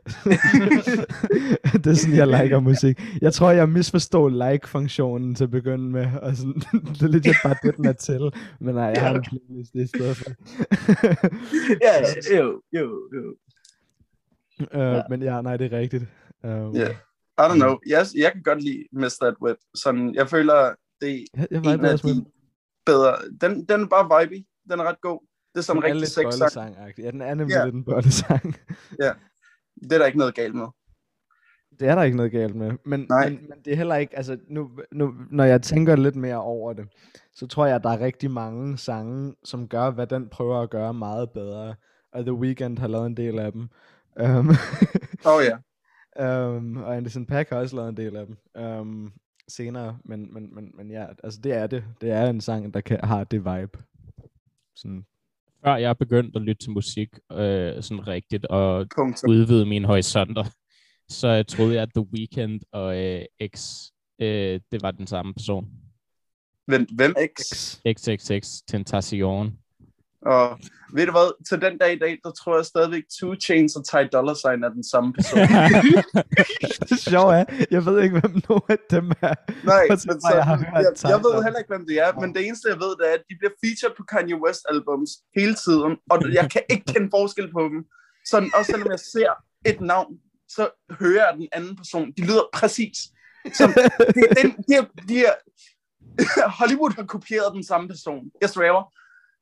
Det er sådan, jeg liker musik. Jeg tror, jeg misforstod like-funktionen til at begynde med. Og sådan, det er lidt bare det, den er til. Men nej, jeg har en playliste i stedet for. ja, jo, jo, jo. uh, men ja, nej, det er rigtigt. Um, Yeah. I don't know. Jeg, jeg kan godt lide Miss That Whip. Sådan, jeg føler, det er Jeg, jeg en var af også med de bedre. Den, den er bare vibey. Den er ret god. Det er sådan en den er rigtig lidt sexsang. børnesang. Ja, den er nemlig Ja. lidt en børnesang. Det er der ikke noget galt med. Det er der ikke noget galt med. Men, Nej. men, men det er heller ikke, altså nu, nu, når jeg tænker lidt mere over det, så tror jeg, at der er rigtig mange sange, som gør, hvad den prøver at gøre meget bedre. Og The Weeknd har lavet en del af dem. Um, Åh oh, ja. um, og Anderson .Paak har også lavet en del af dem um, senere. Men, men, men, men ja, altså det er det. Det er en sang, der kan, har det vibe. Sådan. Før jeg begyndte at lytte til musik øh, sådan rigtigt og Punktum. udvide mine horisonter, så jeg troede jeg, at The Weeknd og øh, X, øh, det var den samme person. Hvem? Hvem? X. X X X Tentacion. Og ved du hvad? Til den dag i dag, der tror jeg stadigvæk Two Chainz og Ty Dolla Sign er den samme person. Det sjove er, jeg ved ikke, hvem nogen af dem er. Nej, Bortset men fra, så, jeg har jeg, hørt jeg, Ty jeg ved Dolla heller ikke, hvem det er, men det eneste, jeg ved, det er, at de bliver featured på Kanye West albums hele tiden, og jeg kan ikke kende forskel på dem. Sådan, også selvom jeg ser et navn, så hører jeg den anden person. De lyder præcis. Som, de, den, de, er, de er, Hollywood har kopieret den samme person. Jeg svæver.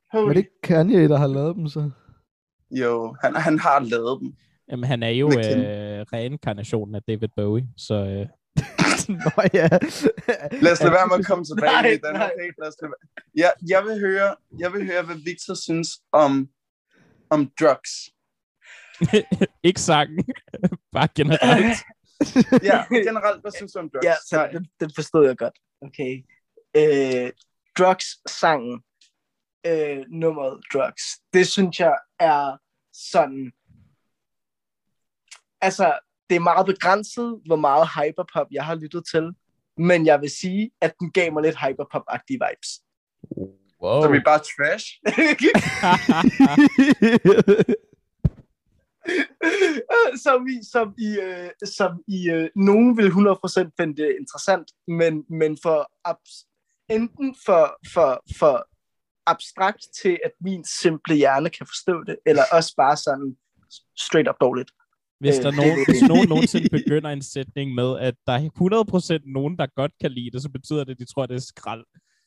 Men Holy. det ikke Kanye, der har lavet dem så? Jo, han, han har lavet dem. Jamen, han er jo Med Kim. øh, reinkarnationen af David Bowie, så øh, Nå ja. Lad os lade være med at komme tilbage Nej, i den. nej. Okay, lad os lade være. Ja, jeg vil høre, jeg vil høre, hvad Victor synes om, om drugs. ikke sangen, bare generelt. Ja, generelt, hvad synes du om drugs? Ja, så Nej. den, den forstod jeg godt. Okay. Øh, drugs-sangen, øh, nummeret drugs, det synes jeg er sådan... Altså, det er meget begrænset, hvor meget hyperpop jeg har lyttet til, men jeg vil sige, at den gav mig lidt hyperpop-agtige vibes. Wow. Så er vi bare trash? som i, som i, øh, som i øh, nogen vil hundrede procent finde det interessant, men, men for abs- enten for, for, for abstrakt til, at min simple hjerne kan forstå det, eller også bare sådan straight up dårligt. Hvis, Øh, der det- nogen, hvis nogen nogensinde begynder en sætning med, at der er hundrede procent nogen, der godt kan lide det, så betyder det, at de tror, det er skrald.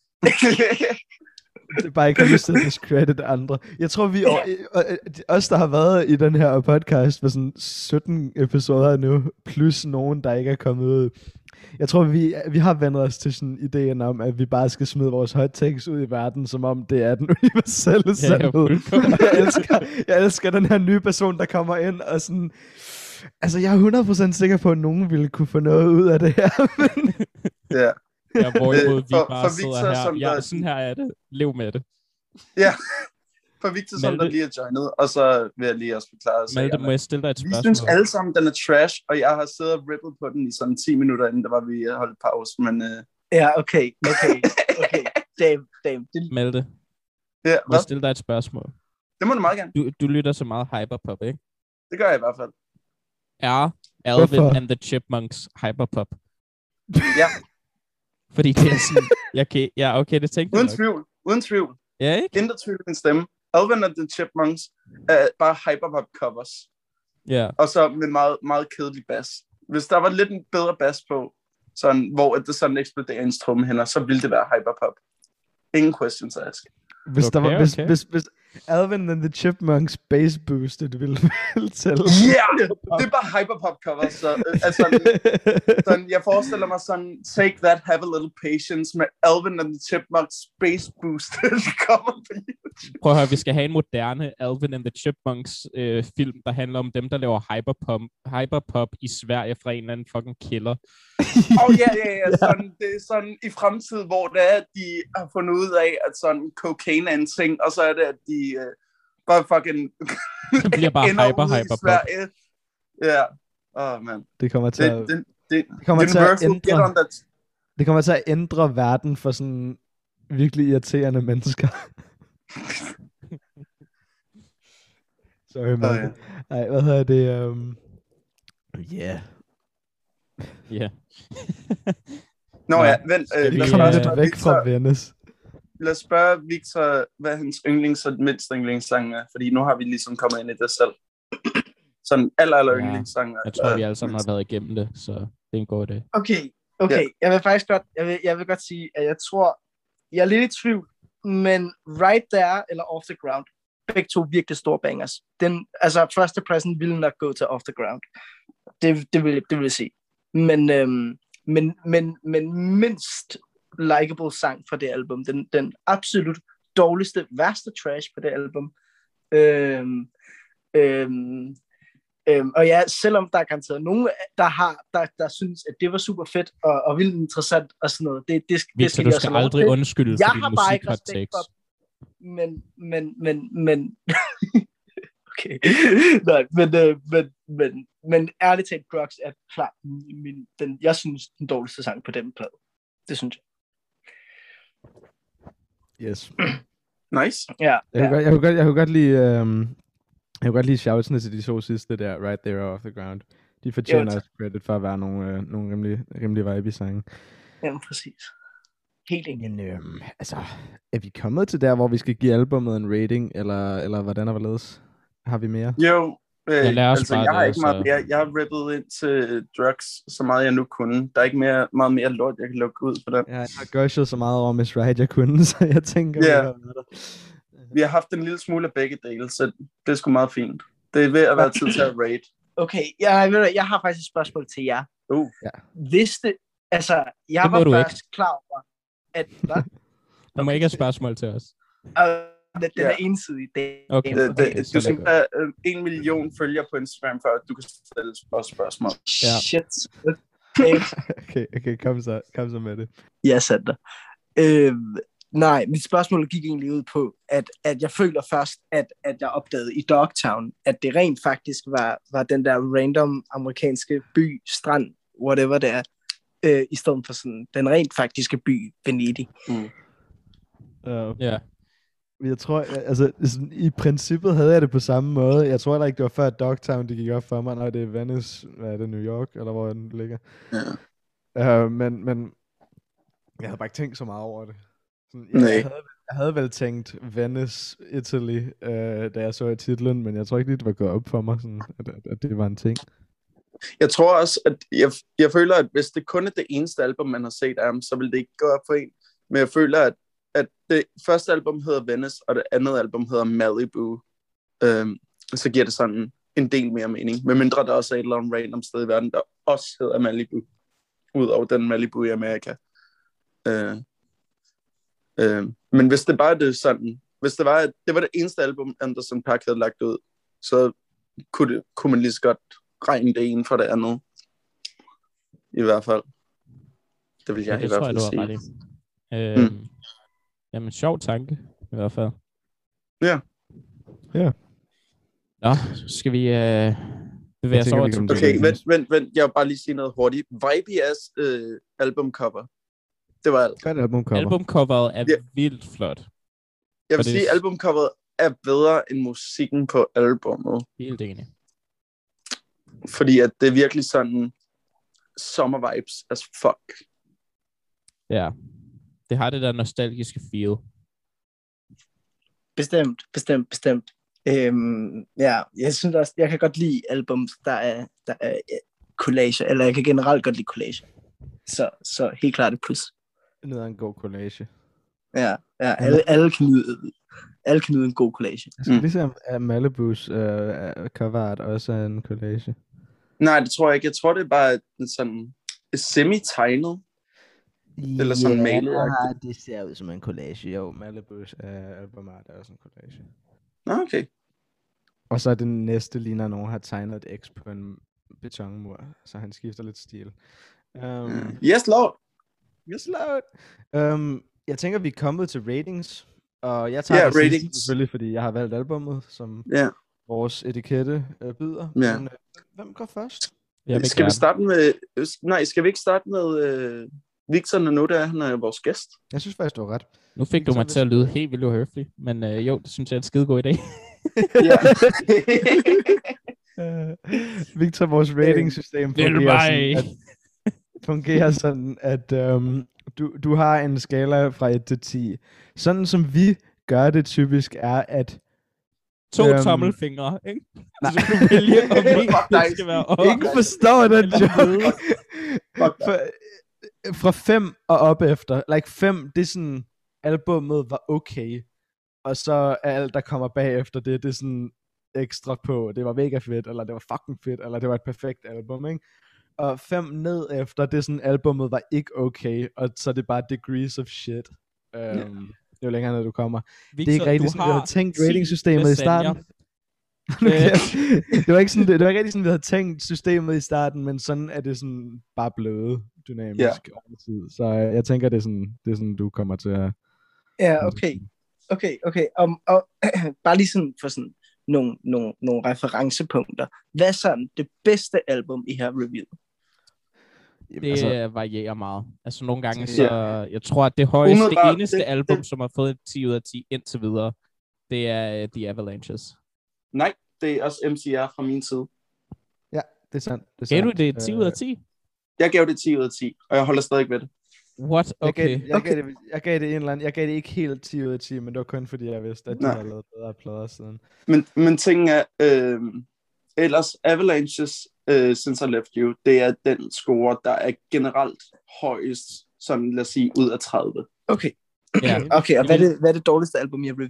Det er bare ikke har lyst til at discredit andre. Jeg tror, vi og, og, os, der har været i den her podcast for sådan sytten episoder nu, plus nogen, der ikke er kommet ud. Jeg tror, vi, vi har vendt os til sådan ideen om, at vi bare skal smide vores hot takes ud i verden, som om det er den universelle sandhed. fuldkommen. Og jeg elsker, jeg elsker den her nye person, der kommer ind og sådan... Altså, jeg er hundrede procent sikker på, at nogen ville kunne få noget ud af det her. men- Ja. Ja, hvorimod vi For- bare for sidder Victor, her. som Ja, der- sådan her er det. Lev med det. Ja. For Victor, som Malte- der lige er joinet, og så vil jeg lige også forklare sig. Malte, må jeg stille dig et Vi spørgsmål? synes alle sammen, den er trash, og jeg har siddet og rippet på den i sådan ti minutter, inden der var vi holdt pause, men øh, Ja, okay, okay, okay. Damn, damn. Det, Malte, ja, må hvad? jeg stille dig et spørgsmål? Det må du meget gerne. Du, du lytter så meget hyperpop, ikke? Det gør jeg i hvert fald. Er Alvin Hvorfor? and the Chipmunks hyperpop? Ja, Fordi det er sådan... Jeg kan, ja, okay, det tænkte jeg uden nok. tvivl. Uden tvivl. Ja, ikke? Intet tvivl i min stemme. Alvin and the Chipmunks er bare hyperpop covers. Ja. Og så med meget, meget kedelig bass. Hvis der var lidt en bedre bass på, sådan, hvor det sådan eksploderer ens trommehænder, så ville det være hyperpop. Ingen questions asked. Hvis, der var, Okay, hvis, okay. hvis, hvis Alvin and the Chipmunks bass boosted ville vel til. Yeah! Det er bare hyperpop cover, så øh, altså, sådan, jeg forestiller mig sådan, take that, have a little patience med Alvin and the Chipmunks Space Boost. Det kommer på YouTube. Prøv at høre, vi skal have en moderne Alvin and the Chipmunks øh, film, der handler om dem, der laver hyperpop, hyperpop i Sverige fra en eller anden fucking killer. Og ja, ja, ja, sådan, det er sådan i fremtiden, hvor det er, at de har fundet ud af, at sådan cocaine er en ting, og så er det, at de øh, bare fucking Det bliver bare ender hyper, ude i hyperpop. Sverige. Ja, åh oh, man. Det kommer til Det, at, det, det, det kommer til at Universal, get ændre, on that. det kommer til at ændre verden for sådan virkelig irriterende mennesker. Sorry, Åh, man. ja. Ej, hvad hedder det? Um... Yeah. Ja. Nå Nå, ja, vent. skal Øh, vi, lad, os Kom øh, bare lidt spørge væk fra Victor, Venice. lad os spørge Victor, hvad hans yndlings og mindst yndlingssang er, fordi nu har vi ligesom kommet ind i det selv. Sådan aller, aller Ja, yndlingssang. Jeg tror, vi alle sammen har været igennem det, så det er en god idé. okay, okay. Ja. Jeg vil faktisk godt, jeg vil, jeg vil godt sige, at jeg tror, jeg er lidt i tvivl, men Right There eller Off the Ground, begge to virkelig store bangers. Den, altså, første pladsen ville nok gå til Off the Ground. Det, det, vil, det vil jeg sige. Men, øhm, men, men, men mindst likable sang fra det album. Den, den absolut dårligste, værste trash på det album. Øhm, øhm, øhm, og ja, selvom der er garanteret nogen, der har, der, der synes, at det var super fedt og, og vildt interessant og sådan noget. Det, det, Victor, det skal du de skal også have lov aldrig til. undskylde Jeg for din har bare ikke musik hot respekt takes. for men, men, men, men, okay, nej, men, øh, men, men, men ærligt talt, Drugs er klart min, den, jeg synes, den dårligste sang på den plade. Det synes jeg. Yes. Nice. Ja, Jeg kunne, ja. godt, jeg, kunne godt, jeg kunne godt lide, øhm, jeg kunne godt lide shoutene til de to sidste der, Right There og Off the Ground. De fortjener tak. også credit for at være nogle, øh, nogle rimelig, rimelig vibe-sange. Jamen, præcis. Helt enig. Men øhm, altså, er vi kommet til der, hvor vi skal give albummet en rating, eller, eller hvordan er hvorledes? Har vi mere? Jo, øh, Ja, lad os altså bare jeg har det, ikke meget så- mere. Jeg har rippet ind til drugs, så meget jeg nu kunne. Der er ikke mere, meget mere lort, jeg kan lukke ud på den. Ja, jeg har gushet så meget over Miss Right, jeg kunne, så jeg tænker, Ja. vi har været der. vi har haft en lille smule af begge dele, så det er sgu meget fint. Det er ved at være tid til at rate. Okay, jeg, ved du, jeg har faktisk et spørgsmål til jer. Uh. Ja. Vidste, altså, jeg Det må var du først klar over, at hvad? Du må ikke have spørgsmål til os. Uh, den Ja. er ensidig. Det, Okay. Det, Okay, det, så du er skal det have øh, en million følger på Instagram, før du kan stille os spørgsmål. Ja. Shit. Okay. Okay, okay, kom så, kom så med det. Ja, Sander. Øh, nej, mit spørgsmål gik egentlig ud på, at, at jeg føler først, at, at jeg opdagede i Dogtown, at det rent faktisk var, var den der random amerikanske by, strand, whatever det er, øh, i stedet for sådan den rent faktiske by, Venedig. Mm. Uh, Ja. jeg tror, altså, sådan, i princippet havde jeg det på samme måde. Jeg tror heller ikke, det var før Dogtown, det gik op for mig, når det er Venice, hvad er det, New York, eller hvor den ligger. Ja. Uh, men, men jeg havde bare ikke tænkt så meget over det. Sådan, jeg, Nej. jeg, havde, jeg havde vel tænkt Venice, Italy, uh, da jeg så i titlen, men jeg tror ikke lige, det var gået op for mig, sådan, at, at, at det var en ting. Jeg tror også, at jeg, jeg føler, at hvis det kun er det eneste album, man har set af ham, så vil det ikke gå op for en. Men jeg føler, at, at det første album hedder Venice, og det andet album hedder Malibu. Øhm, så giver det sådan en del mere mening. Medmindre der også er et eller andet random sted i verden, der også hedder Malibu. Udover den Malibu i Amerika. Øh, øh, men hvis det bare er det sådan, hvis det var, at det var det eneste album, Anderson .Paak havde lagt ud, så kunne, det, kunne man lige så godt regne det ene for det andet. I hvert fald. Det vil jeg Ja, i det hvert tror jeg, fald du har ret sige. i. Øhm, mm. Jamen, sjov tanke, i hvert fald. Ja. Ja. Nå, skal vi øh, bevæge os tænker, over vi til... kan- Okay, vent, vent, vent. Jeg vil bare lige sige noget hurtigt. Vibe-ass øh, albumcover. Det var alt. Godt albumcover. Albumcoveret er Ja. vildt flot. Jeg vil Og det- sige, at albumcoveret er bedre end musikken på albummet. Helt enig. Fordi at det er virkelig sådan summer vibes as fuck. Ja. Det har det der nostalgiske feel. Bestemt, bestemt, bestemt. Øhm, ja, jeg synes også, jeg kan godt lide albums, der er, der er øh, collage, eller jeg kan generelt godt lide collage. Så, så helt klart et plus. Ned ad en god collage. Ja, ja alle, alle, kan nyde, alle kan nyde en god collage. Jeg skal Mm. lige se, om uh, Malibus uh, cover art også er en collage. Nej, det tror jeg ikke. Jeg tror, det er bare en sådan semi-tegnet. Eller sådan malet. Ja, det ser ud som en collage. Jo, Malibus uh, album art er også en collage. Nå, okay. Og så er det næste ligner, at nogen har tegnet et X på en betonmur, så han skifter lidt stil. Um, Mm. Yes, Lord. Yes, Lord. Um, jeg tænker, vi er kommet til ratings, og jeg tager Ja, det sidste, ratings. selvfølgelig, fordi jeg har valgt albummet, som Ja. vores etikette øh, byder. Ja. Men, øh, hvem går først? Jeg vil Skal vi gerne. starte med... Nej, skal vi ikke starte med øh, Victor nu, der han er vores gæst? Jeg synes faktisk, du har ret. Nu fik du Så mig hvis- til at lyde helt vildt uhøflig, men øh, jo, det synes jeg er en skide god idé. Ja. Uh, Victor, vores ratingsystem Vil fungerer mig. sådan, at, fungerer sådan, at um, du, du har en skala fra et til ti. Sådan som vi gør det typisk er, at To Øhm, tommelfingre, ikke? Så kan du vælge, om en Fuck dig. det skal være op. ikke forstår den eller joke. nede. Fuck For, fra fem og op efter. Like fem, det er sådan, albummet var okay. Og så er alt, der kommer bagefter det, det er sådan ekstra på. Det var mega fedt, eller det var fucking fedt, eller det var et perfekt album, ikke? Og fem ned efter, det er sådan, albummet var ikke okay, og så er det bare degrees of shit. Um, Ja. Jo længere ned du kommer. Victor, Det er ikke rigtigt du sådan, vi havde tænkt ti ratingsystemet i starten. lasagner. Okay. Det var ikke sådan, det, det var ikke rigtig sådan, vi havde tænkt systemet i starten, men sådan er det sådan bare blevet dynamisk Ja. over tid. Så øh, jeg tænker, det er sådan, det er sådan du kommer til at... Ja, okay. Okay, okay. Um, og bare lige sådan for sådan nogle, nogle, nogle referencepunkter. Hvad er sådan det bedste album, I har reviewet? Jamen, Det altså, altså, varierer meget. Altså nogle gange, Ja. så jeg tror, at det højeste, det Umiddelbart, eneste det- album, det- som har fået et ti ud af ti indtil videre, det er uh, The Avalanches. Nej, det er også M C R fra min side. det er sandt. Det er Gav du sandt. det ti ud af Øh, ti? Jeg gav det ti ud af ti, og jeg holder stadig ved det. What? Jeg gav, Okay. det- jeg, gav det, jeg gav det en eller anden, jeg gav det ikke helt ti ud af ti, men det var kun fordi, jeg vidste, at de Nej. havde lavet bedre plader siden. Men, men ting er, øh, ellers Avalanches øh, Since I Left You, det er den score, der er generelt højest, sådan lad os sige, ud af tredive. Okay. Ja. Okay, og hvad er det, hvad er det dårligste album, I har reviewet?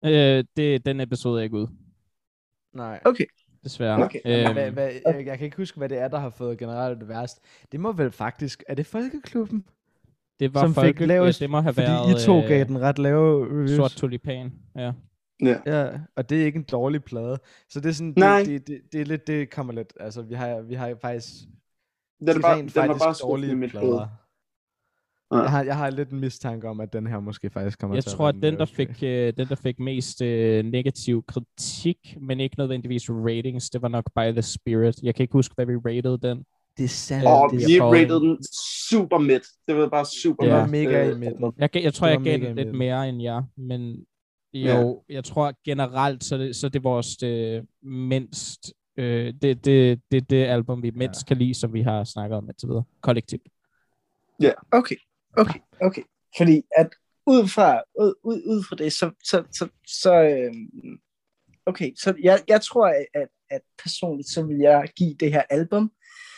Øh, det, den episode er ikke ude, Nej. Okay. desværre. Okay. Øhm, Hvad, hvad, jeg, jeg kan ikke huske, hvad det er, der har fået generelt det værst. Det må vel faktisk... Er det Folkeklubben? det var som fik folke, lavest- ja, det må have Fordi været I to øh, gav den ret lave reviews. Sort Tulipan. Ja. Ja, og det er ikke en dårlig plade. Så det er sådan, Nej. det, det, det, det, er lidt, det kommer lidt, altså vi har, vi har faktisk, Den, er de bare, rent den var faktisk bare skuffende i dårlige mit plader. hoved. Ja. Jeg har, jeg har lidt en mistanke om, at den her måske faktisk kommer Jeg til tror, at at være den der, fik, øh, den, der fik mest øh, negativ kritik, men ikke nødvendigvis ratings, det var nok By the Spirit. Jeg kan ikke huske, hvad vi rated den. Det er sandt. Og det vi er for- rated den super midt. Det var bare super Det var Ja. midt. mega i Øh, midten. Jeg, gav- jeg tror, Det jeg var gav mega den i lidt midten. mere end jer, men jo, jeg tror generelt, så det, så det er vores øh, mindst, øh, det, det, det, det album, vi mindst kan lide, som vi har snakket om indtil videre, kollektivt. Okay, okay, okay. Fordi at ud fra, ud, ud, ud fra det, så, så, så, så øhm, okay, så jeg, jeg tror, at, at personligt, så vil jeg give det her album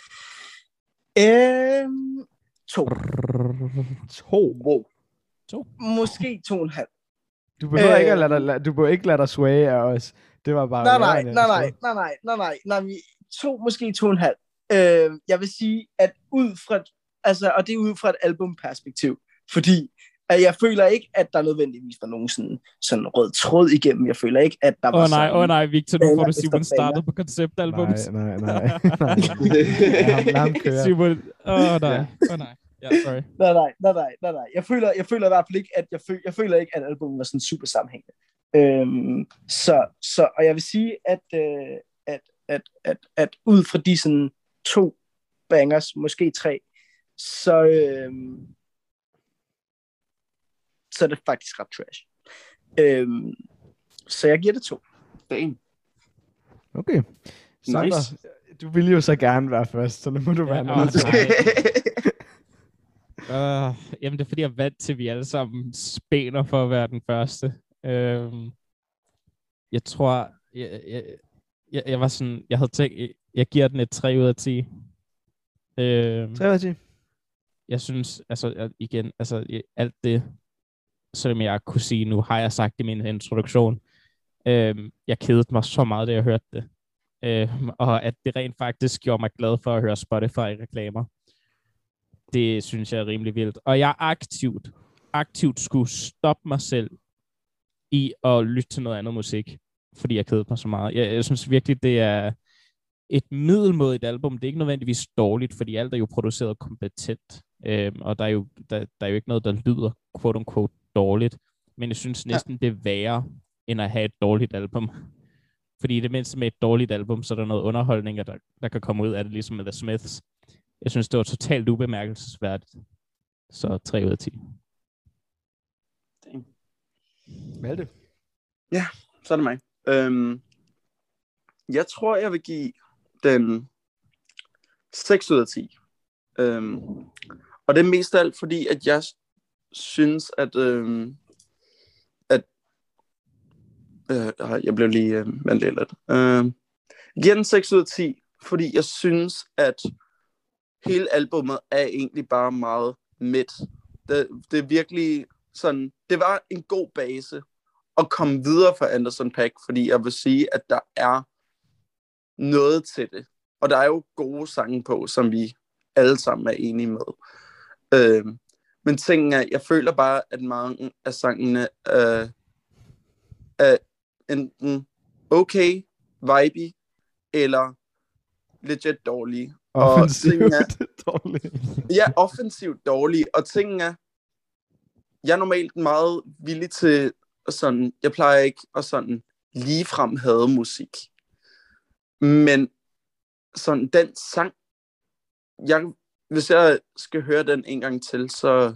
øhm, to. To. Wow. Måske to og en halv. Du behøver Øh. ikke at lade dig, lad- du behøver ikke lade dig swaye af os. Det var bare... Nej, lavere, nej, end jeg nej, havde nej, troet. nej, nej, nej, nej, nej, vi to, måske to og en halv. Øh, jeg vil sige, at ud fra, et- altså, og det er ud fra et albumperspektiv, fordi at jeg føler ikke, at der nødvendigvis var nogen sådan, sådan rød tråd igennem. Jeg føler ikke, at der Åh var oh, nej, sådan... åh oh, nej, Victor, nu får banger du efter Simon banger. startet på konceptalbums. Nej, nej, nej. nej. Lad ham, lad ham køre. Simon, åh oh, nej, åh oh, nej. Ja, sorry. Nej, nej, nej, nej, nej, nej. Jeg føler, jeg føler i hvert fald ikke, at jeg, føl, jeg føler ikke, at albumet var sådan super sammenhængende. Øhm, så, så, og jeg vil sige, at, øh, at, at, at, at ud fra de sådan to bangers, måske tre, så, øhm, så er det faktisk ret trash. Øhm, så jeg giver det to. Damn. Okay. Sander, Nice. du ville jo så gerne være først, så nu må du være Ja, nummer åh, to. nej. Uh, jamen, det er fordi, jeg er vant til, at vi alle sammen spænder for at være den første. Uh, jeg tror, jeg, jeg, jeg, jeg var sådan, jeg havde tænkt, jeg, jeg giver den et tre ud af ti. Uh, tre ud af ti. jeg synes, altså jeg- igen, altså i- alt det, som jeg kunne sige nu, har jeg sagt i min introduktion. Uh, jeg kedede mig så meget, da jeg hørte det. Uh, og at det rent faktisk gjorde mig glad for at høre Spotify-reklamer. Det synes jeg er rimelig vildt. Og jeg aktivt, aktivt skulle stoppe mig selv i at lytte til noget andet musik, fordi jeg kedede mig så meget. Jeg, jeg synes virkelig, det er et middelmådigt album. Det er ikke nødvendigvis dårligt, fordi alt er jo produceret kompetent. Øhm, og der er, jo, der, der er jo ikke noget, der lyder quote unquote dårligt. Men jeg synes næsten, det er værre, end at have et dårligt album. Fordi i det mindste med et dårligt album, så er der noget underholdning, der, der kan komme ud af det, ligesom med The Smiths. Jeg synes, det var totalt ubemærkelsesværdigt. Så tre ud af ti. Malte. Så er det mig. Øhm, jeg tror, jeg vil give den seks ud af ti. Øhm, og det er mest af alt, fordi at jeg synes, at, øhm, at øh, jeg blev lige øh, vandt lidt. Øhm, jeg giver den seks ud af ti, fordi jeg synes, at hele albumet er egentlig bare meget midt. Det, det er virkelig sådan, det var en god base at komme videre fra Anderson .Paak, fordi jeg vil sige, at der er noget til det. Og der er jo gode sange på, som vi alle sammen er enige med. Øh, men tingen er, jeg føler bare, at mange af sangene øh, er enten okay, vibey, eller legit dårlige. Offensivt tingen er- dårligt. Ja, offensivt dårlige. Og tingen er, jeg er normalt meget villig til sådan, jeg plejer ikke at sådan ligefrem hade musik. Men sådan den sang, jeg, hvis jeg skal høre den en gang til, så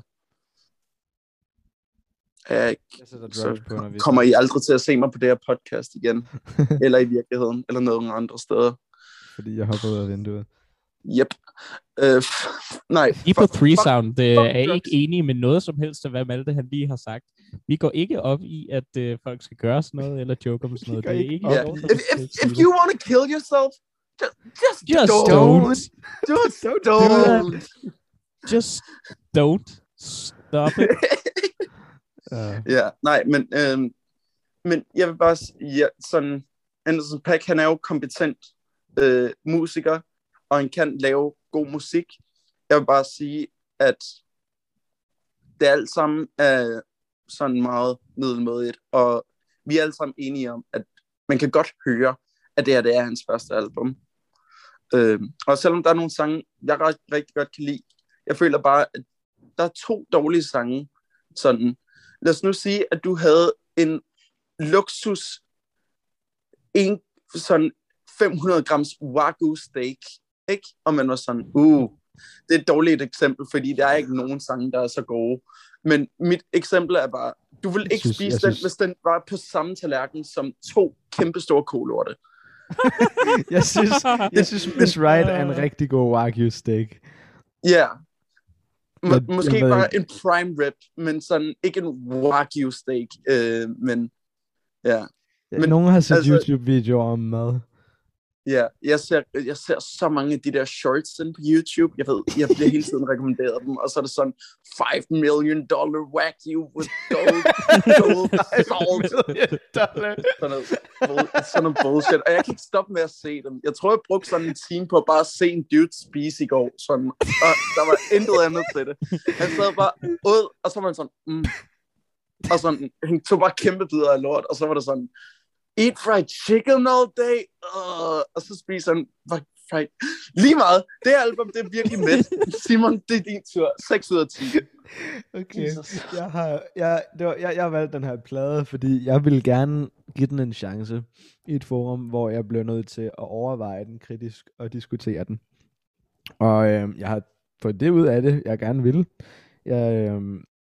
er jeg ikke, Jeg sætter så drugs på, når vi kommer I aldrig til at se mig på det her podcast igen. Eller i virkeligheden, eller nogen andre steder. fordi jeg hopper ud af vinduet. Yep. Øh, nej. I på fuck- Three fuck- Sound øh, fuck er I drugs. ikke enige med noget som helst af, hvad Malte han lige har sagt. Vi går ikke op i, at øh, folk skal gøre sådan noget, eller joke om sådan noget. går Det er ikke ikke op Yeah. vores If, if, if you want to kill yourself, just, just, Just don't. don't. Just Don't don't. do Just don't stop it. Uh, Ja, nej, men øhm, men jeg vil bare sige, ja, sådan, Anderson .Paak, han er jo kompetent øh, musiker, og han kan lave god musik. Jeg vil bare sige, at det alt sammen er sådan meget middelmådigt, og vi er alle sammen enige om, at man kan godt høre, at det her det er hans første album. Øh, og selvom der er nogle sange, jeg ret, rigtig godt kan lide, jeg føler bare, at der er to dårlige sange. Sådan. Lad os nu sige, at du havde en luksus, en sådan fem hundrede grams wagyu steak, ikke? Og man var sådan, uh, det er et dårligt eksempel, fordi der er ikke nogen sange, der er så gode. Men mit eksempel er bare, du vil ikke synes, spise den, synes... hvis den var på samme tallerken som to kæmpe store kolorte. jeg synes, jeg synes Miss Right er en rigtig god wagyu steak. Ja. Yeah. Må, jeg, måske jeg bare en prime rib, men sådan ikke en wagyu steak, øh, men ja. Men, nogen har set altså, YouTube-videoer om mad. Ja, jeg ser, jeg ser så mange af de der shorts inde på YouTube. Jeg ved, jeg bliver hele tiden rekommenderet dem, og så er det sådan five million dollar wagyu with gold, gold salt. Sådan noget, sådan noget bullshit. Og jeg kan ikke stoppe med at se dem. Jeg tror, jeg brugte sådan en time på at bare se en dude spise i går. Sådan, og der var intet andet til det. Han sad bare ud, og så var han sådan, mm. Og sådan, han tog bare kæmpe bidder af lort, og så var det sådan, eat fried chicken all day, uh, og så spiser han fried. Lige meget, det album, det er virkelig mæt. Simon, det er din tur. seks ud af ti. Okay, jeg har, jeg, det var, jeg, jeg har valgt den her plade, fordi jeg ville gerne give den en chance i et forum, hvor jeg blev nødt til at overveje den kritisk og diskutere den. Og øh, jeg har fået det ud af det, jeg gerne ville. Jeg, øh,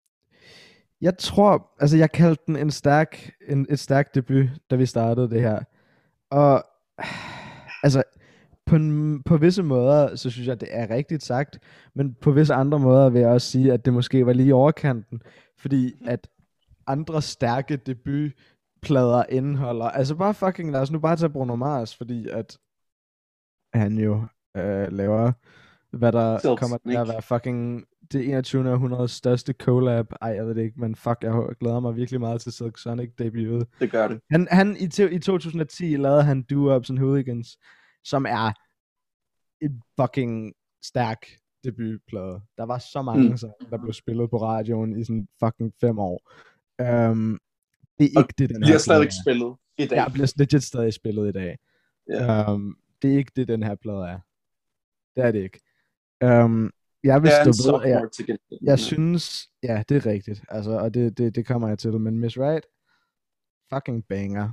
Jeg tror, altså jeg kaldte den en stærk, en, et stærk debut, da vi startede det her. Og altså, på, på visse måder, så synes jeg, det er rigtigt sagt, men på visse andre måder vil jeg også sige, at det måske var lige i overkanten, fordi at andre stærke debutplader indeholder, altså bare fucking, lad os nu bare tage Bruno Mars, fordi at han jo øh, laver, hvad der Self kommer til at være fucking det enogtyvende århundredes største collab. Ej, jeg ved det ikke, men fuck, jeg glæder mig virkelig meget til Silk Sonic debutet. Det gør det. Han, han i, i to tusind og ti lavede han Do Ups and Hooligans, som er en fucking stærk debutplade. Der var så mange mm. sange, der blev spillet på radioen i sådan fucking fem år. Um, det er ikke det, den her bliver stadig spillet i dag. Ja, bliver legit stadig spillet i dag. Yeah. Um, det er ikke det, den her plade er. Det er det ikke. Um, Jeg vil ja, stå ved, jeg, jeg, jeg synes, ja, det er rigtigt, altså, og det, det, det kommer jeg til, men Miss Right, fucking banger,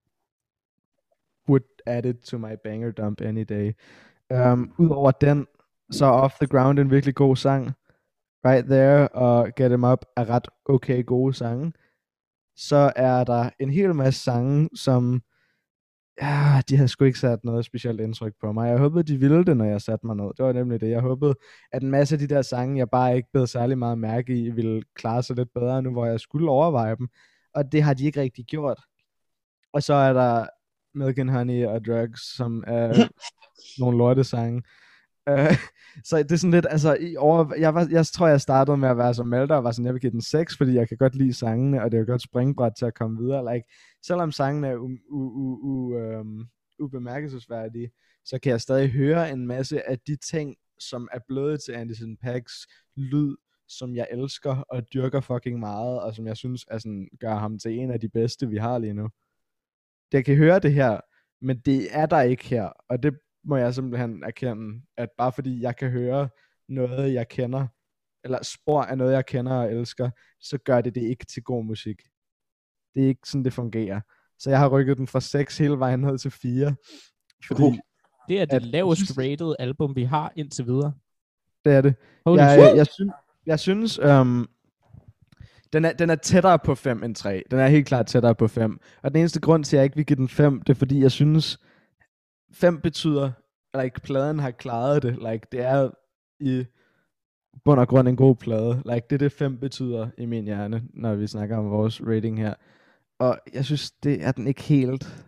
would add it to my banger dump any day. Um, Udover den, så Off the Ground en virkelig god sang, Right There og Get Em Up er ret okay gode sange. Så er der en hel masse sange, som ja, de havde sgu ikke sat noget specielt indtryk på mig. Jeg håbede, de ville det, når jeg satte mig ned. Det var nemlig det. Jeg håbede, at en masse af de der sange, jeg bare ikke blev særlig meget mærke i, ville klare sig lidt bedre nu, hvor jeg skulle overveje dem. Og det har de ikke rigtig gjort. Og så er der Milk and Honey og Drugs, som er nogle lortesange. Uh, så det er sådan lidt, altså, i over, jeg, var, jeg tror, jeg startede med at være som Malte, og var sådan, jeg vil give den seks, fordi jeg kan godt lide sangene, og det er jo godt springbræt til at komme videre. Like, selvom sangene er u- u- u- u- um, ubemærkelsesværdige, så kan jeg stadig høre en masse af de ting, som er blevet til Anderson .Paaks lyd, som jeg elsker og dyrker fucking meget, og som jeg synes er sådan, gør ham til en af de bedste, vi har lige nu. Jeg kan høre det her, men det er der ikke her, og det må jeg simpelthen erkende, at bare fordi jeg kan høre noget, jeg kender, eller spor af noget, jeg kender og elsker, så gør det det ikke til god musik. Det er ikke sådan, det fungerer. Så jeg har rykket den fra seks hele vejen ned til fire. Fordi, uh, det er det at, lavest synes, rated album, vi har indtil videre. Det er det. Jeg, jeg, jeg, synes, jeg synes, um, den, er, den er tættere på fem end tre. Den er helt klart tættere på fem. Og den eneste grund til, at jeg ikke vil give den fem, det er fordi, jeg synes, fem betyder, like, pladen har klaret det. Like, det er i bund og grund en god plade. Like, det er det fem betyder i min hjerne, når vi snakker om vores rating her. Og jeg synes, det er den ikke helt.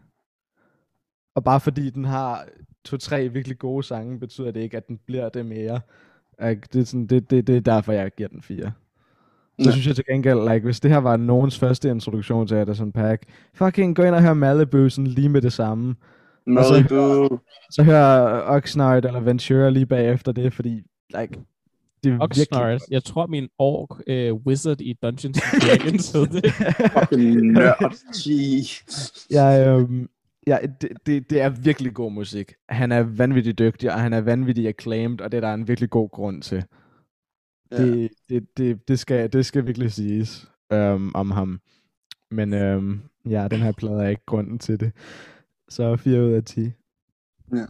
Og bare fordi den har to-tre virkelig gode sange, betyder det ikke, at den bliver det mere. Like, det, er sådan, det, det, det er derfor, jeg giver den fire. Så Ja. synes jeg til gengæld, like, hvis det her var nogens første introduktion til Anderson .Paak, fucking gå ind og hør Malibu sådan lige med det samme. Og så, Malibu. så hør Oxnard eller Ventura lige bagefter det, fordi like, det er Oxnard. virkelig... Jeg tror, min ork øh, wizard i Dungeons and Dragons hed det. Fucking nørd. Gee. Jeg, øhm, ja, det, det, det er virkelig god musik. Han er vanvittigt dygtig, og han er vanvittigt acclaimed, og det er der en virkelig god grund til. Ja. Det, det, det, det, skal, det skal virkelig siges øhm, om ham. Men øhm, ja, den her plade er ikke grunden til det. Så fire ud af ti. Ja.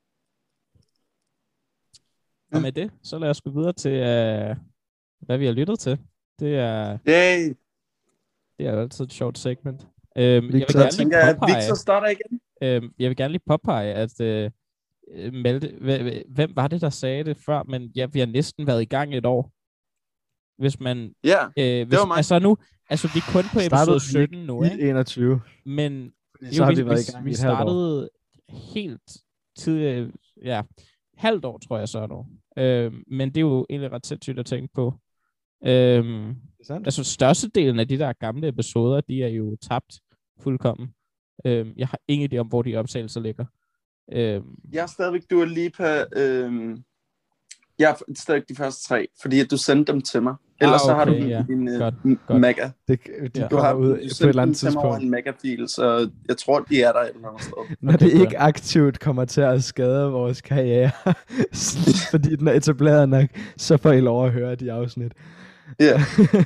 Og med det, så lad os gå videre til, øh, hvad vi har lyttet til. Det er, Yay. det er jo altid et sjovt segment. Øhm, jeg vil Victor, Så jeg gerne tænker, lige at påpege, Victor starter igen. øhm, jeg vil gerne lige påpege, at øh, Malte, hv- hvem var det, der sagde det før? Men ja, vi har næsten været i gang et år. Hvis man... Ja, Øh, hvis, var mig. altså nu, altså vi er kun på Startede episode sytten nu, I ikke? enogtyve. Men Så har vi, vi været vi, i gang vi i et halvt år. startede helt tidligt, ja, halvt år tror jeg så nu. Øh, men det er jo egentlig ret sindssygt at tænke på. Øh, Det er sandt. altså størstedelen af de der gamle episoder, de er jo tabt fuldkommen. Øh, jeg har ingen idé om, hvor de optagelser ligger. Øh, jeg er stadigvæk Dua Lipa. Øhm, jeg er stadigvæk de første tre, fordi at du sendte dem til mig. Ellers så har du okay, dem ja. i din Godt, uh, godt. mega. Det, de Ja. ja. Du har kommer ud du på et sendte eller dem andet til mig over tidspunkt. en mega-fil, så jeg tror, de er der et eller andet sted. Når Okay, det godt. ikke aktivt kommer til at skade vores karriere, fordi den er etableret nok, så får I lov at høre de afsnit. Ja.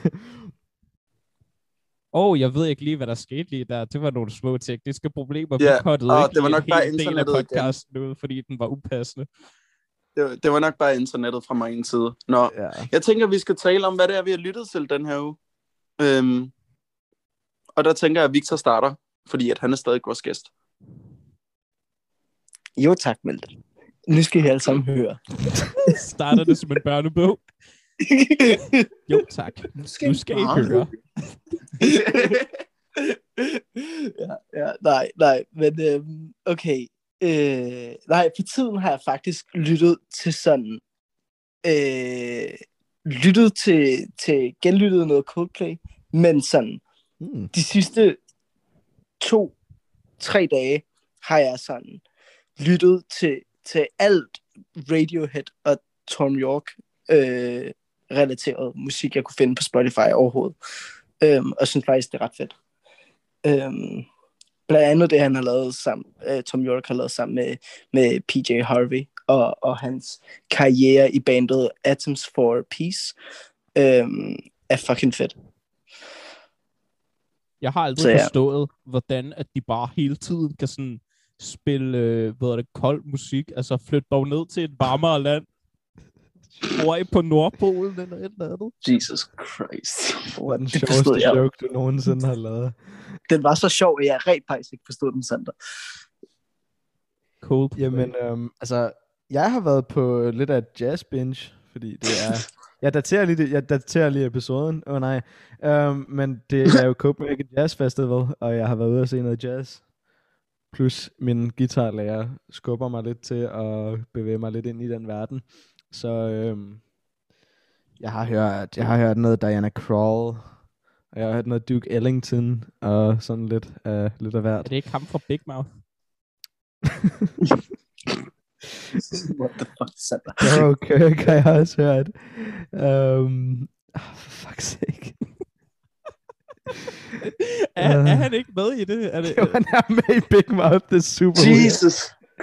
Åh, oh, jeg ved ikke lige, hvad der skete lige der. Det var nogle små tekniske problemer. Vi Ja, cuttede og ikke det var lige nok en bare hel del af internettet igen. podcasten ud, fordi den var upassende. Det, var- det var nok bare internettet fra min side. Nå, Ja. jeg tænker, vi skal tale om, hvad det er, vi har lyttet til den her uge. Øhm, og der tænker jeg, at Victor starter, fordi at han er stadig vores gæst. Jo tak, Malte. Nu skal I alle sammen høre. Starter det som en børnebog? Jo, tak. Nu skal I høre. ja, ja, nej, nej, men øhm, okay. Øh, nej, for tiden har jeg faktisk lyttet til sådan, øh, lyttet til, til genlyttet noget Coldplay, men sådan, Mm. de sidste to, tre dage har jeg sådan lyttet til, til alt Radiohead og Tom York øh, relateret musik, jeg kunne finde på Spotify overhovedet. Øhm, og synes faktisk, det er ret fedt. Øhm, blandt andet det, han har lavet sammen, øh, Tom York har lavet sammen med, med P J Harvey og, og hans karriere i bandet Atoms for Peace øhm, er fucking fedt. Jeg har aldrig Så ja. forstået, hvordan at de bare hele tiden kan sådan spille, øh, hvad er det, kold musik, altså flytte dog ned til et varmere land. Hvor I på Nordpolen eller et eller andet. Jesus Christ. Det var den Det forstod sjoveste jeg. joke, du nogensinde har lavet. Den var så sjov, at jeg rent faktisk ikke forstod den sådan der. Coldplay. Jamen, øhm, altså, jeg har været på lidt af et jazz binge, fordi det er... Jeg daterer lige, det- jeg daterer lige episoden, åh oh, nej. Øhm, men det er jo Copenhagen Jazz Festival, og jeg har været ude og se noget jazz. Plus min guitarlærer skubber mig lidt til at bevæge mig lidt ind i den verden. Så øhm, jeg har hørt, jeg har hørt noget Diana Krall, og jeg har hørt noget Duke Ellington, og sådan lidt af, lidt af Er hvert. det ikke ham fra Big Mouth? What the fuck, Sander? Joe Kirk har jeg også hørt. Um, oh, for fuck's sake. er, Øh. er han ikke med i det? Er det Jo, han er med i Big Mouth, det er super weird. Jesus.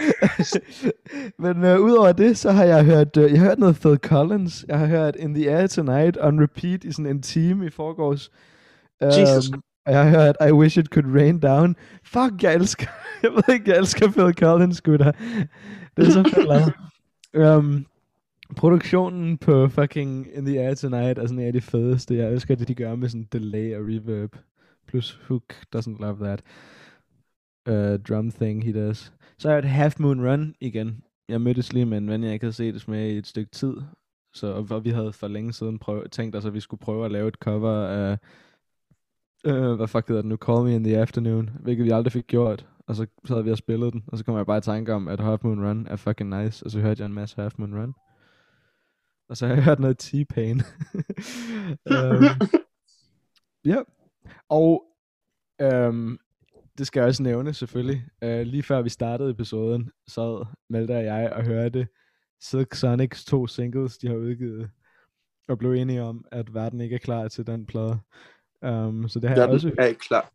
Men uh, udover det, så har jeg hørt, uh, jeg har hørt noget Phil Collins. Jeg har hørt In the Air Tonight on repeat i sådan en time i forgårs. Jesus. Og jeg har hørt I Wish It Could Rain Down. Fuck, jeg elsker, jeg ved ikke, jeg elsker Phil Collins, gutter. Det er så fedt lavet. Um, produktionen på fucking In the Air Tonight er sådan en af de fedeste. Jeg elsker det, de gør med sådan delay og reverb. Plus Hook doesn't love that. Uh, drum thing he does. Så har jeg hørt Half Moon Run igen. Jeg mødtes lige med en ven, jeg ikke havde set med i et stykke tid. Så, og vi havde for længe siden prøv, tænkt os, at vi skulle prøve at lave et cover af, uh, hvad fuck hedder det nu, Call Me in the Afternoon, hvilket vi aldrig fik gjort. Og så, så havde vi og spillet den, og så kom jeg bare i tanke om, at Half Moon Run er fucking nice, og så hørte jeg en masse Half Moon Run. Og så har jeg hørt noget T-Pain. um, ja. Og um, det skal jeg også nævne selvfølgelig. Uh, lige før vi startede episoden, så Malte og jeg og hørte Silk Sonics to singles, de har udgivet. Og blev enige om, at verden ikke er klar til den plade. Um, så det har jeg Verden også... er ikke klar.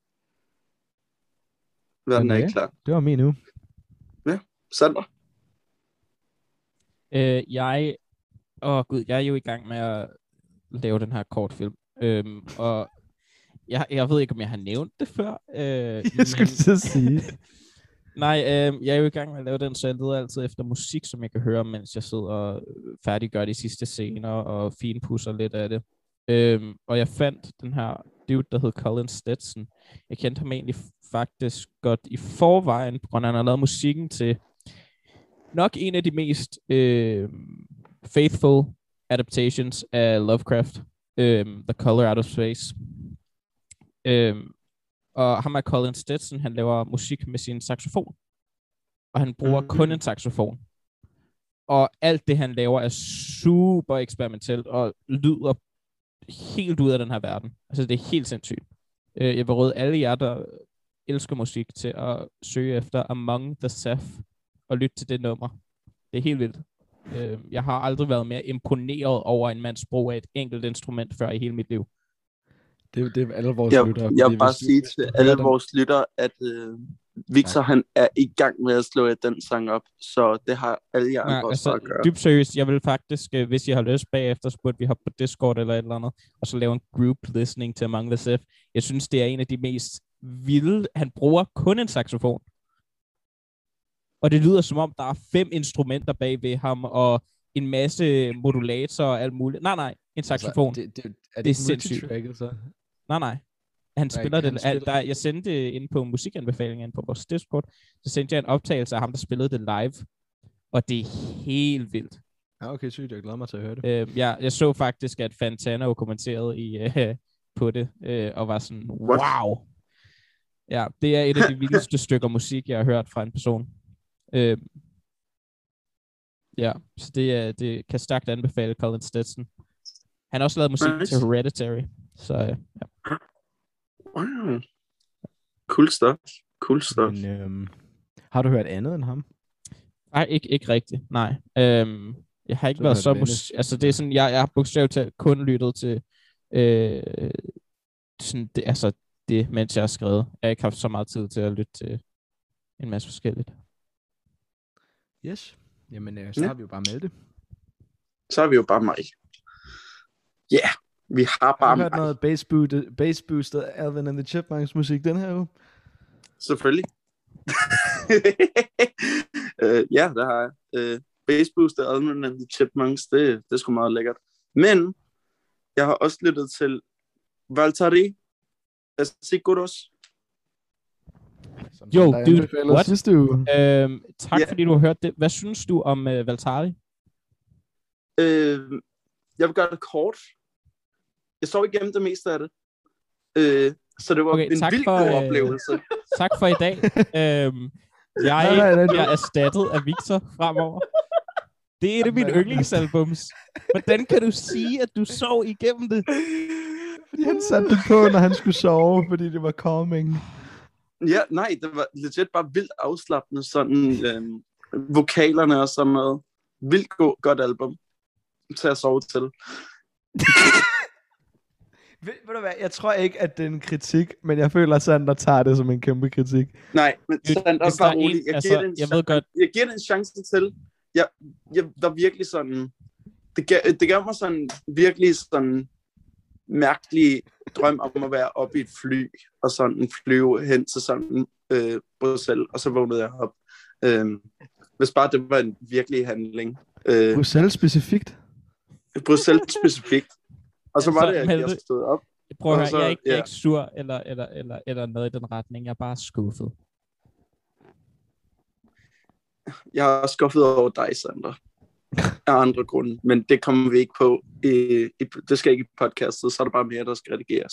Verden er Okay. ikke klar. Det var min uge. Sander? Øh, jeg... Åh gud, jeg er jo i gang med at lave den her kortfilm. Øhm, og jeg, jeg ved ikke, om jeg har nævnt det før. Øh, Jeg skulle til at sige. Nej, øh, jeg er jo i gang med at lave den, så jeg leder altid efter musik, som jeg kan høre, mens jeg sidder og færdiggør de sidste scener og finpudser lidt af det. Øhm, og jeg fandt den her dude, der hed Colin Stetson. Jeg kendte ham egentlig faktisk godt i forvejen, på grund af, at han har lavet musikken til nok en af de mest øh, faithful adaptations af Lovecraft, øh, The Color Out of Space. Øh, og ham er Colin Stetson, han laver musik med sin saxofon. Og han bruger mm. kun en saxofon. Og alt det, han laver, er super eksperimentelt og lyder helt ud af den her verden. Altså, det er helt sindssygt. Jeg vil råde alle jer, der elsker musik, til at søge efter Among the Seth og lytte til det nummer. Det er helt vildt. Jeg har aldrig været mere imponeret over en mands brug af et enkelt instrument før i hele mit liv. Det, det er alle vores Jeg, lyttere. jeg vil bare hvis du- sige hvis til du alle hører dem- vores lyttere, at øh, Victor han er i gang med at slå den sang op, så det har alle jer andre Nej, også bare at altså, gøre. dybt seriøst, jeg vil faktisk, øh, hvis I har lyst bagefter, så burde vi hoppe på Discord eller et eller andet, og så lave en group listening til Among the Seth. Jeg synes, det er en af de mest vilde. Han bruger kun en saxofon. Og det lyder som om, der er fem instrumenter bag ved ham, og en masse modulatorer og alt muligt. Nej, nej, en saxofon. Altså, det, det, er det, Det er det er sindssygt. multitracket, så? Nej, nej. Han spiller han det. spiller- Der, jeg sendte det ind på musikanbefalingen på vores Discord. Så sendte jeg en optagelse af ham, der spillede det live. Og det er helt vildt. Ja, okay, sygt. Jeg glæder mig til at høre det. Øh, jeg, jeg så faktisk, at Fantano kommenterede i, øh, på det, øh, og var sådan, What? wow. Ja, det er et af de vildeste stykker musik, jeg har hørt fra en person. Øh, ja, så det, er, det kan stærkt anbefale Colin Stetson. Han har også lavet musik Nice. til Hereditary. Så øh, ja. Wow. Cool stuff. Cool stuff. Men, øhm, har du hørt andet end ham? Nej, ikke, ikke rigtigt. Nej. Øhm, jeg har ikke Så været har så... du Mus- altså, det er sådan, jeg, jeg har bogstaveligt talt kun lyttet til øh, sådan det, altså det, mens jeg har skrevet. Jeg har ikke haft så meget tid til at lytte til en masse forskelligt. Yes. Jamen, øh, så Ja. har vi jo bare med det. Så er vi jo bare mig. Ja, yeah, vi har Har bare du hørt mig. noget bass-boosted, bass-boosted Alvin and the Chipmunks musik den her uge? Selvfølgelig. uh, ja, det har jeg. Uh, Bass Booster, Alvin and the Chipmunks, det, det er sgu meget lækkert. Men jeg har også lyttet til Valtteri Asiguros. Som Jo, der dude, anbefalede what? sidste uge. Øhm, tak Ja. fordi du har hørt det. Hvad synes du om øh, Valtteri? Uh, jeg vil gøre det kort. Jeg sov igennem det meste af det. Uh, så det var Okay, okay, en tak vild for, god øh, oplevelse. Tak for i dag. øhm, jeg Nej, nej, nej, bliver erstattet af Victor fremover. Det er et af mine Jamen, yndlingsalbums. Hvordan kan du sige, at du sov igennem det? Fordi han satte det på, når han skulle sove, fordi det var calming. Ja, nej, det var legit bare vildt afslappende, sådan øhm, vokalerne og sådan noget. Vildt go- godt album til at sove til. Ved, ved du hvad, jeg tror ikke, at det er en kritik, men jeg føler, at Sander tager det som en kæmpe kritik. Nej, men Dude, Sander, hvis der er bare rolig. en- Jeg altså, giver det en jeg chance- ved godt- Jeg giver det en chance til. Jeg, jeg var virkelig sådan... Det gav, det gav mig sådan virkelig sådan mærkelig drøm om at være oppe i et fly, og sådan flyve hen til sådan øh, Bruxelles, og så vågnede jeg op. Øh, hvis bare det var en virkelig handling. Øh, Bruxelles specifikt. Bruxelles specifikt. Og så var Altså, det, at jeg Malte- stod op. Prøv at Og høre, så- jeg er ikke, jeg er ja. ikke sur eller, eller, eller, eller noget i den retning. Jeg er bare skuffet. Jeg er skuffet over dig, Sander. Af andre grunde. Men det kommer vi ikke på. I, i, det skal ikke i podcastet, så er der bare mere, der skal redigeres.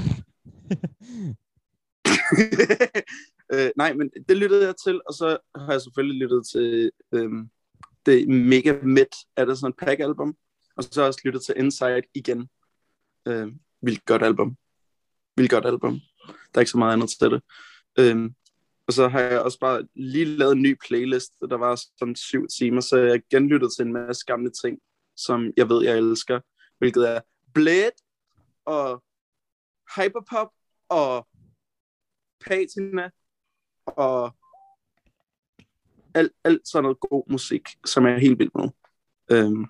øh, nej, men det lyttede jeg til, og så har jeg selvfølgelig lyttet til øhm, det mega midt af det sådan et pack-album. Og så har jeg også lyttet til Inside igen. Øh, vildt godt album. Vildt godt album. Der er ikke så meget andet til det. Øh, og så har jeg også bare lige lavet en ny playlist, der var sådan syv timer, så jeg har genlyttet til en masse gamle ting, som jeg ved, jeg elsker, hvilket er Blade og Hyperpop og Patina og alt, alt sådan noget god musik, som jeg er helt vild med. Øhm,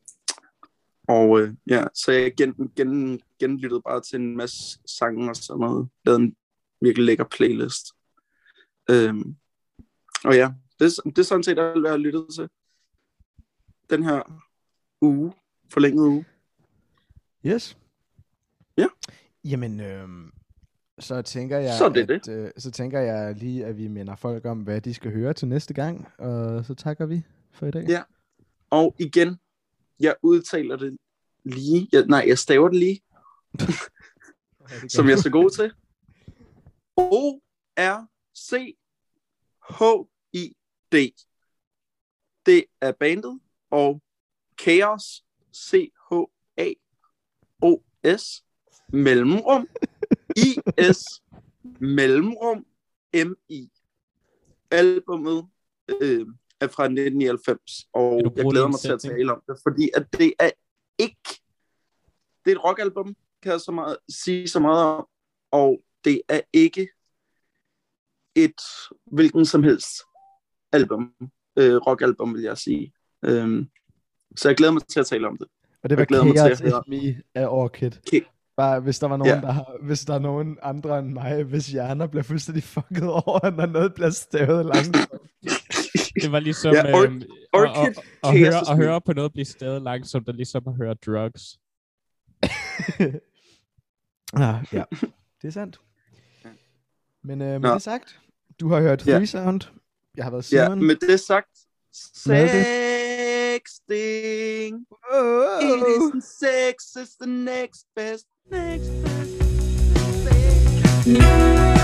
og øh, ja, så jeg gen, gen, genlyttede bare til en masse sange og sådan noget. Lavede en virkelig lækker playlist. Øhm, og ja, det, det er sådan set alt, hvad jeg har lyttet til den her uge, forlængede uge. Yes. Ja. Jamen, øhm, så tænker jeg, så, det at, det. Øh, så tænker jeg lige, at vi minder folk om, hvad de skal høre til næste gang, og så takker vi for i dag. Ja. Og igen, jeg udtaler det lige. Jeg, nej, jeg staver det lige. Som jeg er så god til. O R C H I D. Det er bandet. Og Chaos C H A O S mellemrum I S mellemrum M I. Albummet øh, er fra nitten nioghalvfems, og jeg glæder mig til at tale om det, fordi at det er ikke, det er et rockalbum, kan jeg så meget, sige så meget om, og det er ikke et hvilken som helst album, øh, rockalbum vil jeg sige. Øhm, så jeg glæder mig til at tale om det. Og det var Chaos F Me af Orchid. K- Bare hvis der var nogen, yeah. der har, hvis der er nogen andre end mig, hvis hjerner bliver fuldstændig fucket over, når noget bliver stavet langsomt. Det var ligesom ja, or- øhm, Orchid, at, at, at, høre, at høre på noget blive stavet langsomt, der ligesom at høre drugs. ah, ja, det er sandt. Men øh, med no. det sagt, du har hørt Three yeah. Sound. Jeg har været Simon. Ja, med det sagt, sexting. Oh. It isn't sex, it's the next best, next best thing.